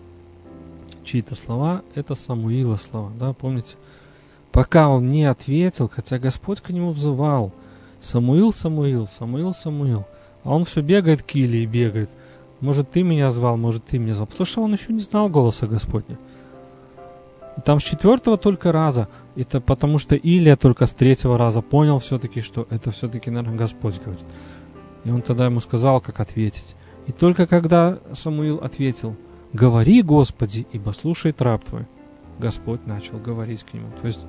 Speaker 1: чьи-то слова, это Самуила слова. Да? Помните? Пока он не ответил, хотя Господь к нему взывал. Самуил, Самуил, Самуил, Самуил. А он все бегает к Илии, бегает. Может, ты меня звал, может, ты меня звал. Потому что он еще не знал голоса Господня. И там с четвертого только раза. Это потому что Илия только с третьего раза понял все-таки, что это все-таки, наверное, Господь говорит. И он тогда ему сказал, как ответить. И только когда Самуил ответил, говори, Господи, ибо слушает раб твой, Господь начал говорить к нему. То есть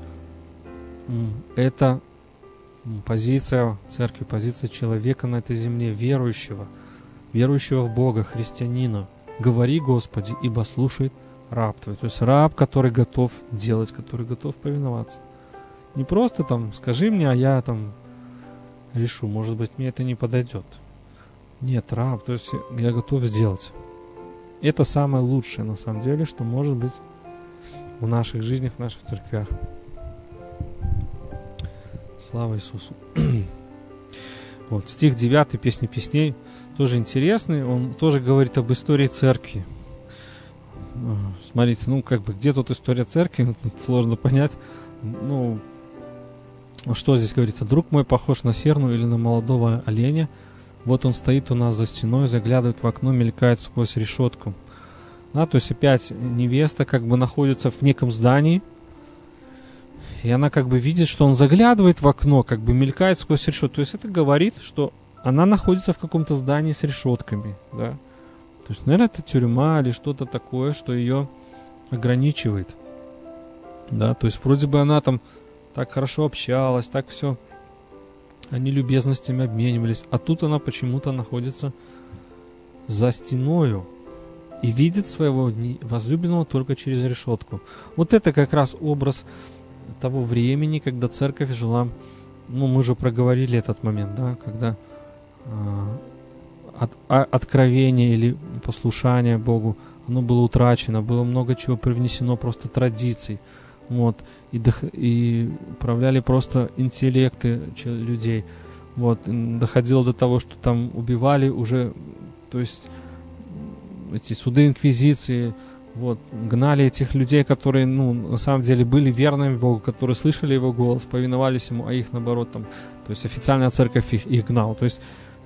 Speaker 1: это позиция церкви, позиция человека на этой земле, верующего, верующего в Бога, христианина. Говори, Господи, ибо слушает раб твой. То есть раб, который готов делать, который готов повиноваться. Не просто там, скажи мне, а я там решу, может быть, мне это не подойдет. Нет, раб, то есть я готов сделать. Это самое лучшее, на самом деле, что может быть в наших жизнях, в наших церквях. Слава Иисусу. Вот, стих девятый Песни Песней тоже интересный. Он тоже говорит об истории церкви. Смотрите, ну как бы, где тут история церкви? Сложно понять. Ну, что здесь говорится? Друг мой похож на серну или на молодого оленя. Вот он стоит у нас за стеной, заглядывает в окно, мелькает сквозь решетку. Да, то есть опять невеста как бы находится в неком здании, и она как бы видит, что он заглядывает в окно, как бы мелькает сквозь решетку. То есть это говорит, что она находится в каком-то здании с решетками, да. То есть, наверное, это тюрьма или что-то такое, что ее ограничивает. Да, то есть вроде бы она там так хорошо общалась, так все, они любезностями обменивались, а тут она почему-то находится за стеною и видит своего возлюбленного только через решетку. Вот это как раз образ того времени, когда церковь жила, ну, мы же проговорили этот момент, да, когда э, от, а, откровение или послушание Богу, оно было утрачено, было много чего привнесено просто традиций, вот, и, дох, и управляли просто интеллекты людей, вот, доходило до того, что там убивали уже, то есть эти суды инквизиции, вот, гнали этих людей, которые, ну, на самом деле были верными Богу, которые слышали Его голос, повиновались Ему, а их, наоборот, там, то есть официальная церковь их, их гнала. То есть,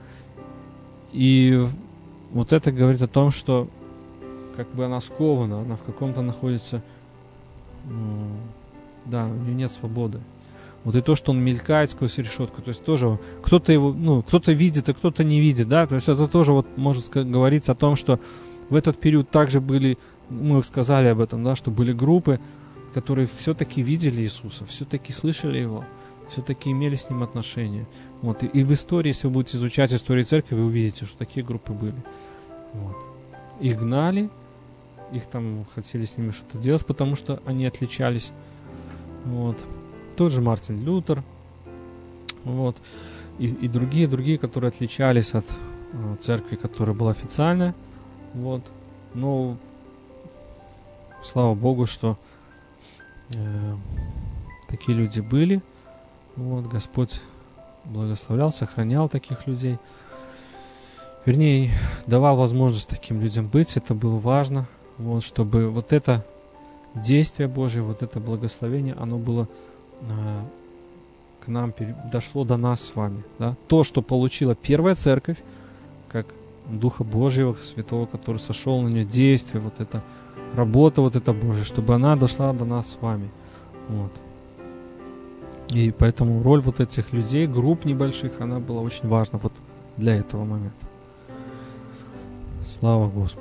Speaker 1: и вот это говорит о том, что как бы она скована, она в каком-то находится, ну, да, у нее нет свободы. Вот и то, что он мелькает сквозь решетку, то есть тоже кто-то его, ну, кто-то видит, а кто-то не видит, да, то есть это тоже вот может говорить о том, что в этот период также были, мы сказали об этом, да, что были группы, которые все-таки видели Иисуса, все-таки слышали Его, все-таки имели с Ним отношения. Вот. И, и в истории, если вы будете изучать историю церкви, вы увидите, что такие группы были. Вот. Их гнали, их там хотели с ними что-то делать, потому что они отличались. Вот. Тот же Мартин Лютер, вот. и, и другие, другие, которые отличались от э, церкви, которая была официальная. Вот. Но слава Богу, что э, такие люди были. Вот, Господь благословлял, сохранял таких людей. Вернее, давал возможность таким людям быть, это было важно, вот, чтобы вот это действие Божие, вот это благословение, оно было э, к нам, дошло до нас с вами. Да? То, что получила первая церковь, как Духа Божьего, Святого, который сошел на нее, действие, вот это, работа вот эта Божья, чтобы она дошла до нас с вами. Вот. И поэтому роль вот этих людей, групп небольших, она была очень важна вот для этого момента. Слава Господу.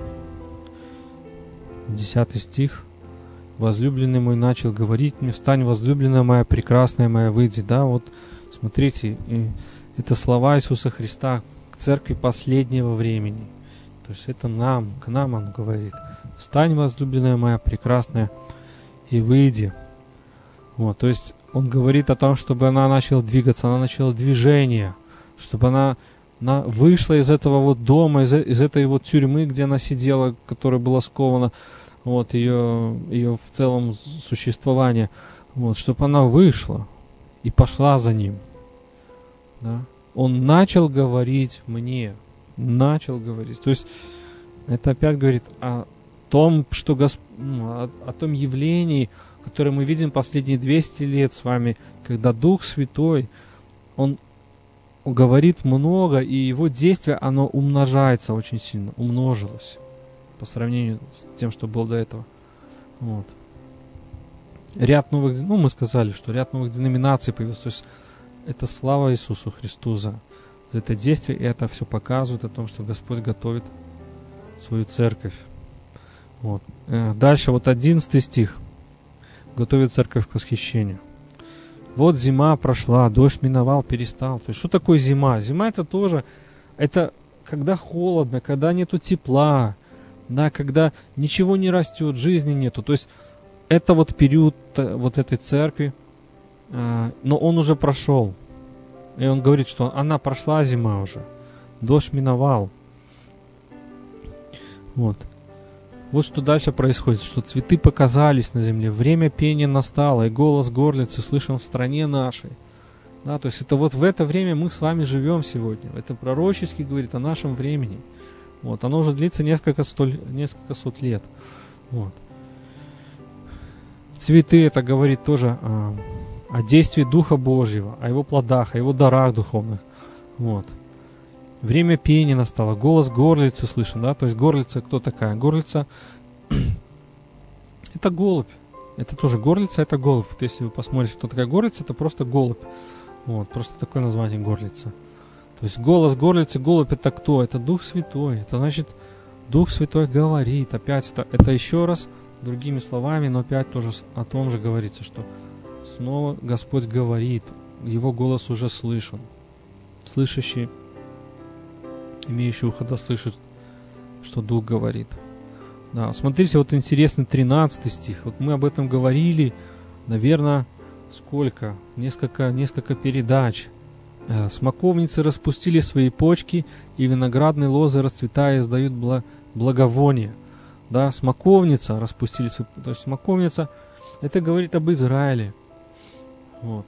Speaker 1: Десятый стих. «Возлюбленный мой начал говорить мне, встань, возлюбленная моя, прекрасная моя, выйди». Да, вот смотрите, и это слова Иисуса Христа к церкви последнего времени. То есть это нам, к нам Он говорит. «Встань, возлюбленная моя, прекрасная, и выйди». Вот, то есть Он говорит о том, чтобы она начала двигаться, она начала движение, чтобы она Она вышла из этого вот дома, из, из этой вот тюрьмы, где она сидела, которая была скована, вот, ее, ее в целом существование, вот, чтобы она вышла и пошла за ним. Да? Он начал говорить мне, начал говорить. То есть это опять говорит о том, что Госп... ну, о, о том явлении, которое мы видим последние двести лет с вами, когда Дух Святой, Он говорит много, и его действие, оно умножается очень сильно, умножилось по сравнению с тем, что было до этого. Вот. Ряд новых, ну мы сказали, что ряд новых деноминаций появилось, то есть это слава Иисусу Христу за это действие, и это все показывает о том, что Господь готовит свою церковь. Вот. Дальше вот одиннадцатый стих. Готовит церковь к восхищению. Вот зима прошла, дождь миновал, перестал. То есть что такое зима? Зима это тоже, это когда холодно, когда нету тепла, да, когда ничего не растет, жизни нету. То есть это вот период вот этой церкви, э, но он уже прошел. И он говорит, что она прошла зима уже, дождь миновал. Вот. Вот что дальше происходит, что цветы показались на земле, время пения настало, и голос горлицы слышен в стране нашей. Да, то есть это вот в это время мы с вами живем сегодня. Это пророчески говорит о нашем времени. Вот, оно уже длится несколько, столь, несколько сот лет. Вот. Цветы это говорит тоже о, о действии Духа Божьего, о Его плодах, о Его дарах духовных. Вот. Время пения настало, голос горлицы слышен, да, то есть горлица кто такая? Горлица это голубь, это тоже горлица, это голубь. Вот если вы посмотрите, кто такая горлица, это просто голубь, вот, просто такое название горлица. То есть голос горлицы, голубь это кто? Это Дух Святой, это значит Дух Святой говорит, опять это, это еще раз другими словами, но опять тоже о том же говорится, что снова Господь говорит, Его голос уже слышен, слышащий, имеющий ухо да слышит, что Дух говорит. Да, смотрите, вот интересный тринадцатый стих. Вот мы об этом говорили, наверное, сколько? Несколько, несколько передач. Э, смоковницы распустили свои почки, и виноградные лозы, расцветая, издают бла- благовоние. Да, смоковница распустили свои... То есть смоковница, это говорит об Израиле. Вот.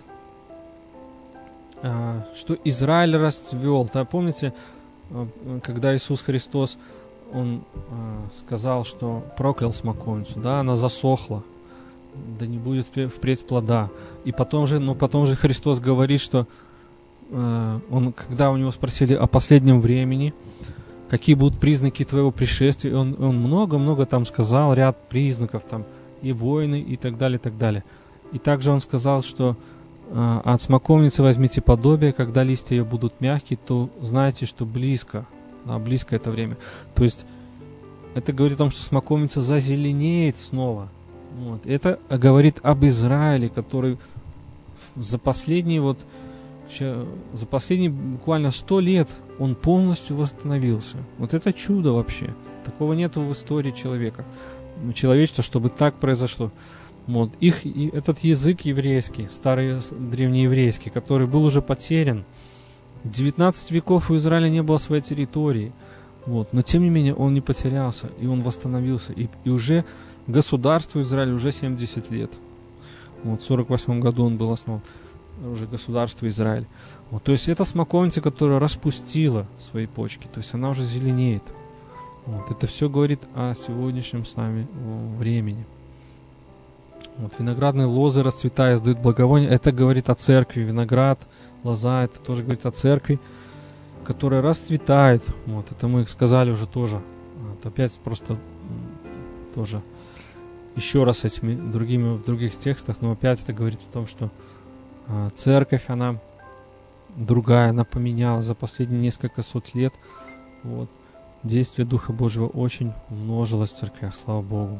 Speaker 1: А, что Израиль расцвел. Да, помните, когда Иисус Христос, Он э, сказал, что проклял смоковницу, да, она засохла, да не будет впредь плода. И потом же, но потом же Христос говорит, что э, он, когда у него спросили о последнем времени, какие будут признаки твоего пришествия, он, он много-много там сказал, ряд признаков, там и войны, и так далее, и так далее. И также он сказал, что от смоковницы возьмите подобие, когда листья ее будут мягкие, то знаете, что близко, да, близко это время. То есть это говорит о том, что смоковница зазеленеет снова. Вот. Это говорит об Израиле, который за последние вот за последние буквально сто лет он полностью восстановился. Вот это чудо вообще. Такого нету в истории человека, человечества, чтобы так произошло. Вот. Их, и этот язык еврейский, старый древнееврейский, который был уже потерян. девятнадцать веков у Израиля не было своей территории. Вот. Но тем не менее он не потерялся, и он восстановился. И, и уже государству Израиля уже семьдесят лет. Вот, в сорок восьмом году он был основан, уже государство Израиль. Вот, то есть это смоковница, которая распустила свои почки, то есть она уже зеленеет. Вот, это все говорит о сегодняшнем с нами времени. Вот, виноградные лозы, расцветая, издают благовоние. Это говорит о церкви. Виноград, лоза, это тоже говорит о церкви, которая расцветает. Вот, это мы сказали уже тоже. Вот, опять просто тоже еще раз этими другими в других текстах, но опять это говорит о том, что а, церковь, она другая, она поменялась за последние несколько сот лет. Вот. Действие Духа Божьего очень умножилось в церквях, слава Богу.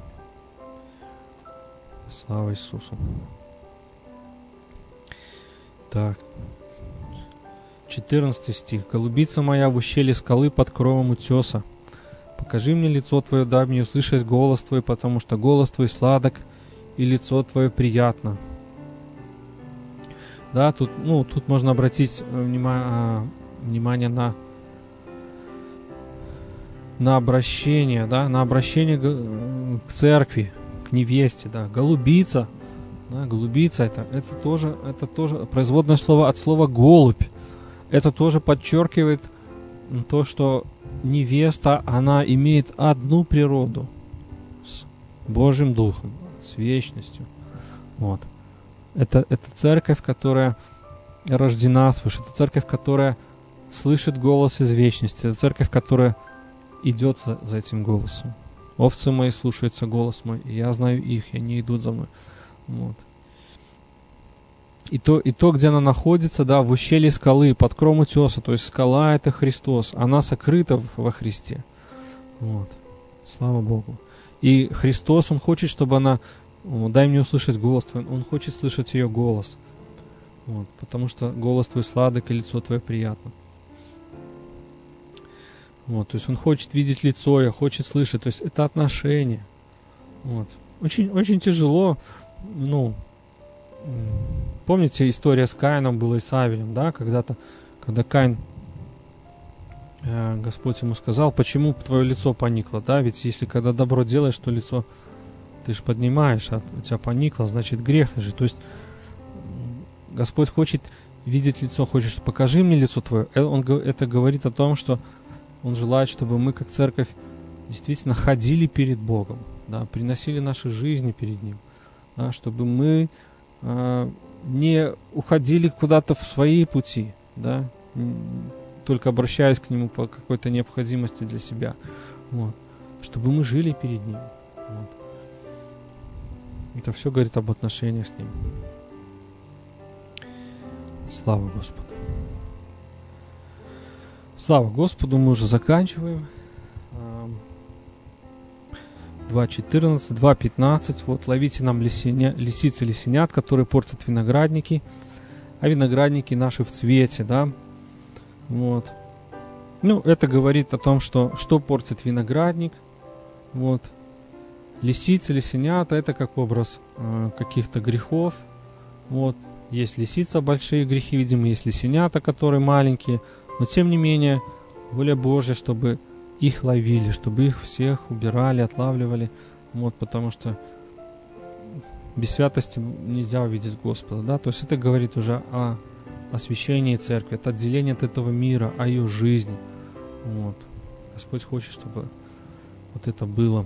Speaker 1: Слава Иисусу. Так. четырнадцатый стих. «Голубица моя в ущелье скалы под кровом утеса. Покажи мне лицо Твое, дай мне услышать голос Твой, потому что голос Твой сладок, и лицо Твое приятно». Да, тут, ну, тут можно обратить внимание, внимание на, на обращение, да, на обращение к церкви, к невесте, да, голубица, да, голубица это, это тоже, это тоже производное слово от слова голубь. Это тоже подчеркивает то, что невеста, она имеет одну природу с Божьим Духом, с вечностью. Вот. Это, это церковь, которая рождена свыше. Это церковь, которая слышит голос из вечности. Это церковь, которая идет за, за этим голосом. «Овцы мои слушаются голос мой, и я знаю их, и они идут за мной». Вот. И то, и то, где она находится, да, в ущелье скалы, под кровом утеса, то есть скала — это Христос, она сокрыта во Христе. Вот. Слава Богу. И Христос, Он хочет, чтобы она, дай мне услышать голос Твой, Он хочет слышать ее голос. Вот. Потому что голос Твой сладок, и лицо Твое приятно. Вот. То есть Он хочет видеть лицо ее, хочет слышать, то есть это отношение. Вот. Очень, очень тяжело, ну, помните, история с Каином была и с Авелем, да, когда-то, когда Каин, э, Господь ему сказал, почему твое лицо поникло, да, ведь если когда добро делаешь, то лицо ты же поднимаешь, а у тебя поникло, значит грех лежит. То есть Господь хочет видеть лицо, хочет, что покажи мне лицо твое. Он, это говорит о том, что Он желает, чтобы мы, как церковь, действительно ходили перед Богом, да, приносили наши жизни перед Ним, да, чтобы мы не уходили куда-то в свои пути, да, только обращаясь к Нему по какой-то необходимости для себя, вот, чтобы мы жили перед Ним. Вот. Это все говорит об отношениях с Ним. Слава Господу. Слава Господу, мы уже заканчиваем. два четырнадцать, два пятнадцать. Вот, ловите нам лисиня, лисиц и лисенят, которые портят виноградники, а виноградники наши в цвете, да. Вот. Ну, это говорит о том, что, что портит виноградник. Вот. Лисицы, лисенята — это как образ э, каких-то грехов. Вот. Есть лисица, большие грехи, видимо, есть лисенята, которые маленькие. Но, тем не менее, воля Божья, чтобы их ловили, чтобы их всех убирали, отлавливали, вот, потому что без святости нельзя увидеть Господа, да, то есть это говорит уже о освящении церкви, это отделение от этого мира, о ее жизни, вот. Господь хочет, чтобы вот это было.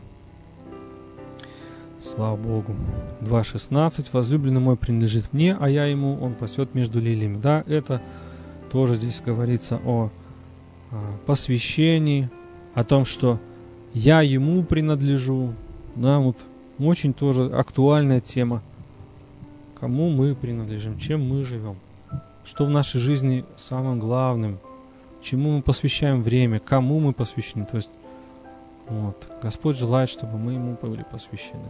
Speaker 1: Слава Богу. два шестнадцать. «Возлюбленный мой принадлежит мне, а я ему, он пасет между лилиями». Да, это тоже здесь говорится о посвящении, о том, что я ему принадлежу. Да, вот очень тоже актуальная тема. Кому мы принадлежим, чем мы живем, что в нашей жизни самым главным, чему мы посвящаем время, кому мы посвящены. То есть вот, Господь желает, чтобы мы ему были посвящены.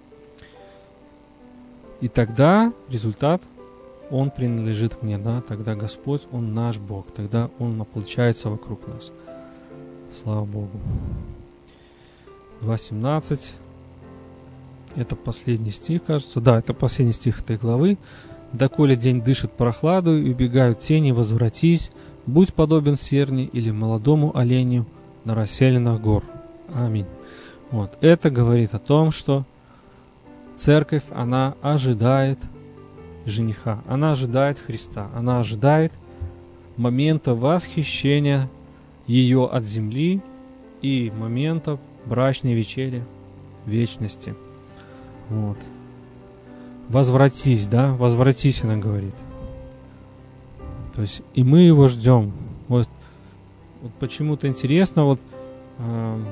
Speaker 1: И тогда результат: Он принадлежит мне, да, тогда Господь, Он наш Бог, тогда Он ополчается вокруг нас. Слава Богу. два семнадцать. Это последний стих, кажется. Да, это последний стих этой главы. «Доколе день дышит прохладу, и убегают тени, возвратись, будь подобен серне или молодому оленю на расселенных гор». Аминь. Вот. Это говорит о том, что церковь, она ожидает жениха, она ожидает Христа, она ожидает момента восхищения ее от земли и момента брачной вечери вечности. Вот. Возвратись, да, возвратись, она говорит. То есть и мы его ждем. Вот, вот почему-то интересно, вот э,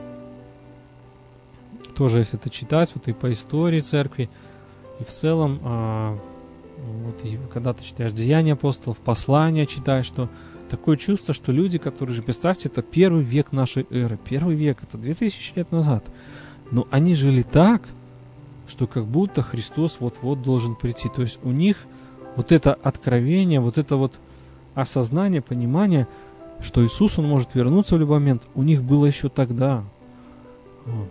Speaker 1: тоже если это читать, вот и по истории церкви, и в целом, э, вот и когда ты читаешь Деяния апостолов, послания читаешь, что такое чувство, что люди, которые же, представьте, это первый век нашей эры, первый век, это две тысячи лет назад, но они жили так, что как будто Христос вот-вот должен прийти. То есть у них вот это откровение, вот это вот осознание, понимание, что Иисус, Он может вернуться в любой момент, у них было еще тогда. Вот.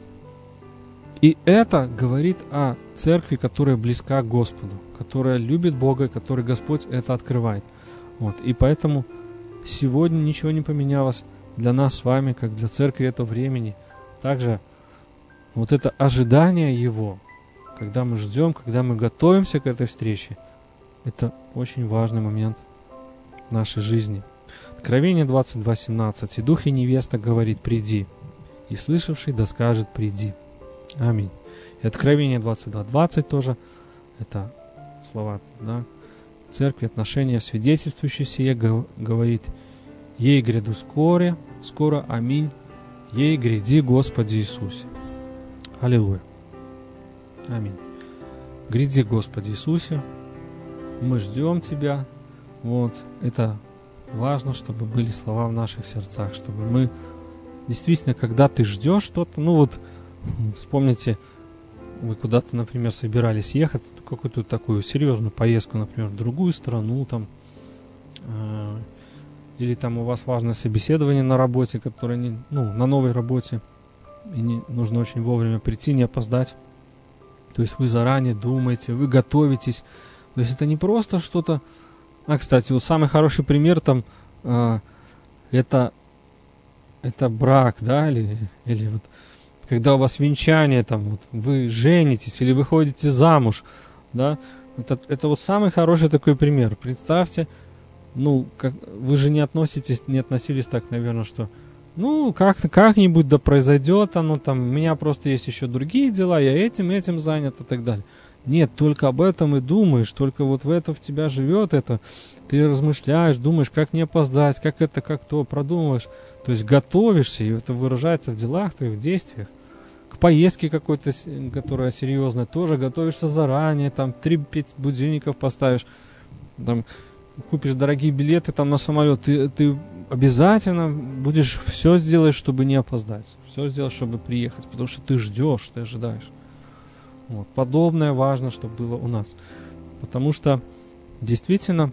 Speaker 1: И это говорит о церкви, которая близка к Господу, которая любит Бога, которой Господь это открывает. Вот. И поэтому сегодня ничего не поменялось для нас с вами, как для церкви этого времени. Также вот это ожидание Его, когда мы ждем, когда мы готовимся к этой встрече, это очень важный момент нашей жизни. Откровение двадцать два семнадцать. «И дух и невеста говорит: приди, и слышавший да скажет: приди». Аминь. И Откровение двадцать два двадцать тоже, это слова, да, церкви, отношения, свидетельствующие сие, говорит: «Ей гряду скоро, скоро, аминь, ей гряди, Господи Иисусе». Аллилуйя. Аминь. Гряди, Господи Иисусе, мы ждем Тебя. Вот, это важно, чтобы были слова в наших сердцах, чтобы мы действительно, когда ты ждешь что-то, ну вот, вспомните, вы куда-то, например, собирались ехать, какую-то такую серьезную поездку, например, в другую страну, там, э, или там у вас важное собеседование на работе, которое не, ну, на новой работе, и не, нужно очень вовремя прийти, не опоздать. То есть вы заранее думаете, вы готовитесь. То есть это не просто что-то. А, кстати, вот самый хороший пример там э, это, это брак, да, или, или вот когда у вас венчание, там, вот, вы женитесь или выходите замуж, да, это, это вот самый хороший такой пример. Представьте, ну, как, вы же не относитесь, не относились так, наверное, что, ну, как-то, как-нибудь да произойдет оно, там, у меня просто есть еще другие дела, я этим, этим занят и так далее. Нет, только об этом и думаешь, только вот в это в тебя живет это, ты размышляешь, думаешь, как не опоздать, как это, как то, продумываешь, то есть готовишься, и это выражается в делах твоих, в действиях. К поездке какой-то, которая серьезная, тоже готовишься заранее, там три-пять будильников поставишь, там купишь дорогие билеты там на самолет, ты, ты обязательно будешь все сделать, чтобы не опоздать, все сделать, чтобы приехать, потому что ты ждешь, ты ожидаешь. Вот. Подобное важно, чтобы было у нас, потому что действительно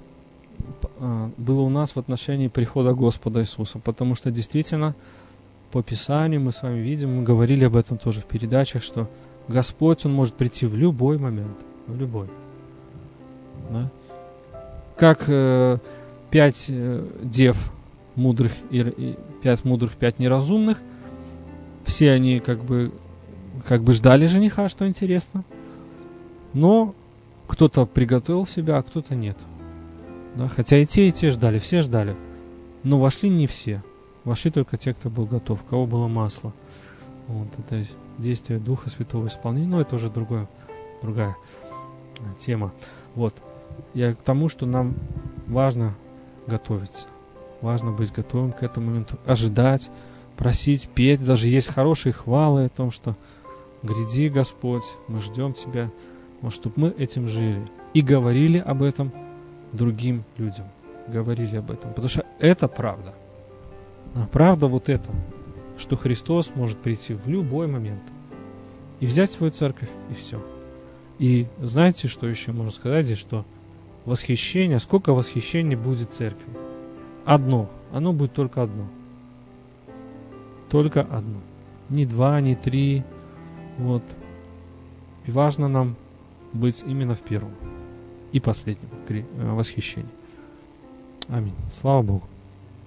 Speaker 1: было у нас в отношении прихода Господа Иисуса, потому что действительно по Писанию мы с вами видим, мы говорили об этом тоже в передачах, что Господь, Он может прийти в любой момент, в любой. Да? Как э, пять э, дев мудрых и, и пять мудрых, пять неразумных, все они как бы как бы ждали жениха, что интересно, но кто-то приготовил себя, а кто-то нет. Да? Хотя и те, и те ждали, все ждали, но вошли не все. Вошли только те, кто был готов, у кого было масло. Вот, это действие Духа Святого исполнения, но это уже другое, другая тема. Вот. Я к тому, что нам важно готовиться. Важно быть готовым к этому моменту, ожидать, просить, петь. Даже есть хорошие хвалы о том, что гряди, Господь, мы ждем Тебя, вот, чтобы мы этим жили. И говорили об этом другим людям. Говорили об этом. Потому что это правда. А правда вот это, что Христос может прийти в любой момент и взять свою церковь, и все. И знаете, что еще можно сказать здесь, что восхищение, сколько восхищений будет церкви? Одно. Оно будет только одно. Только одно. Ни два, ни три. Вот. И важно нам быть именно в первом и последнем восхищении. Аминь. Слава Богу.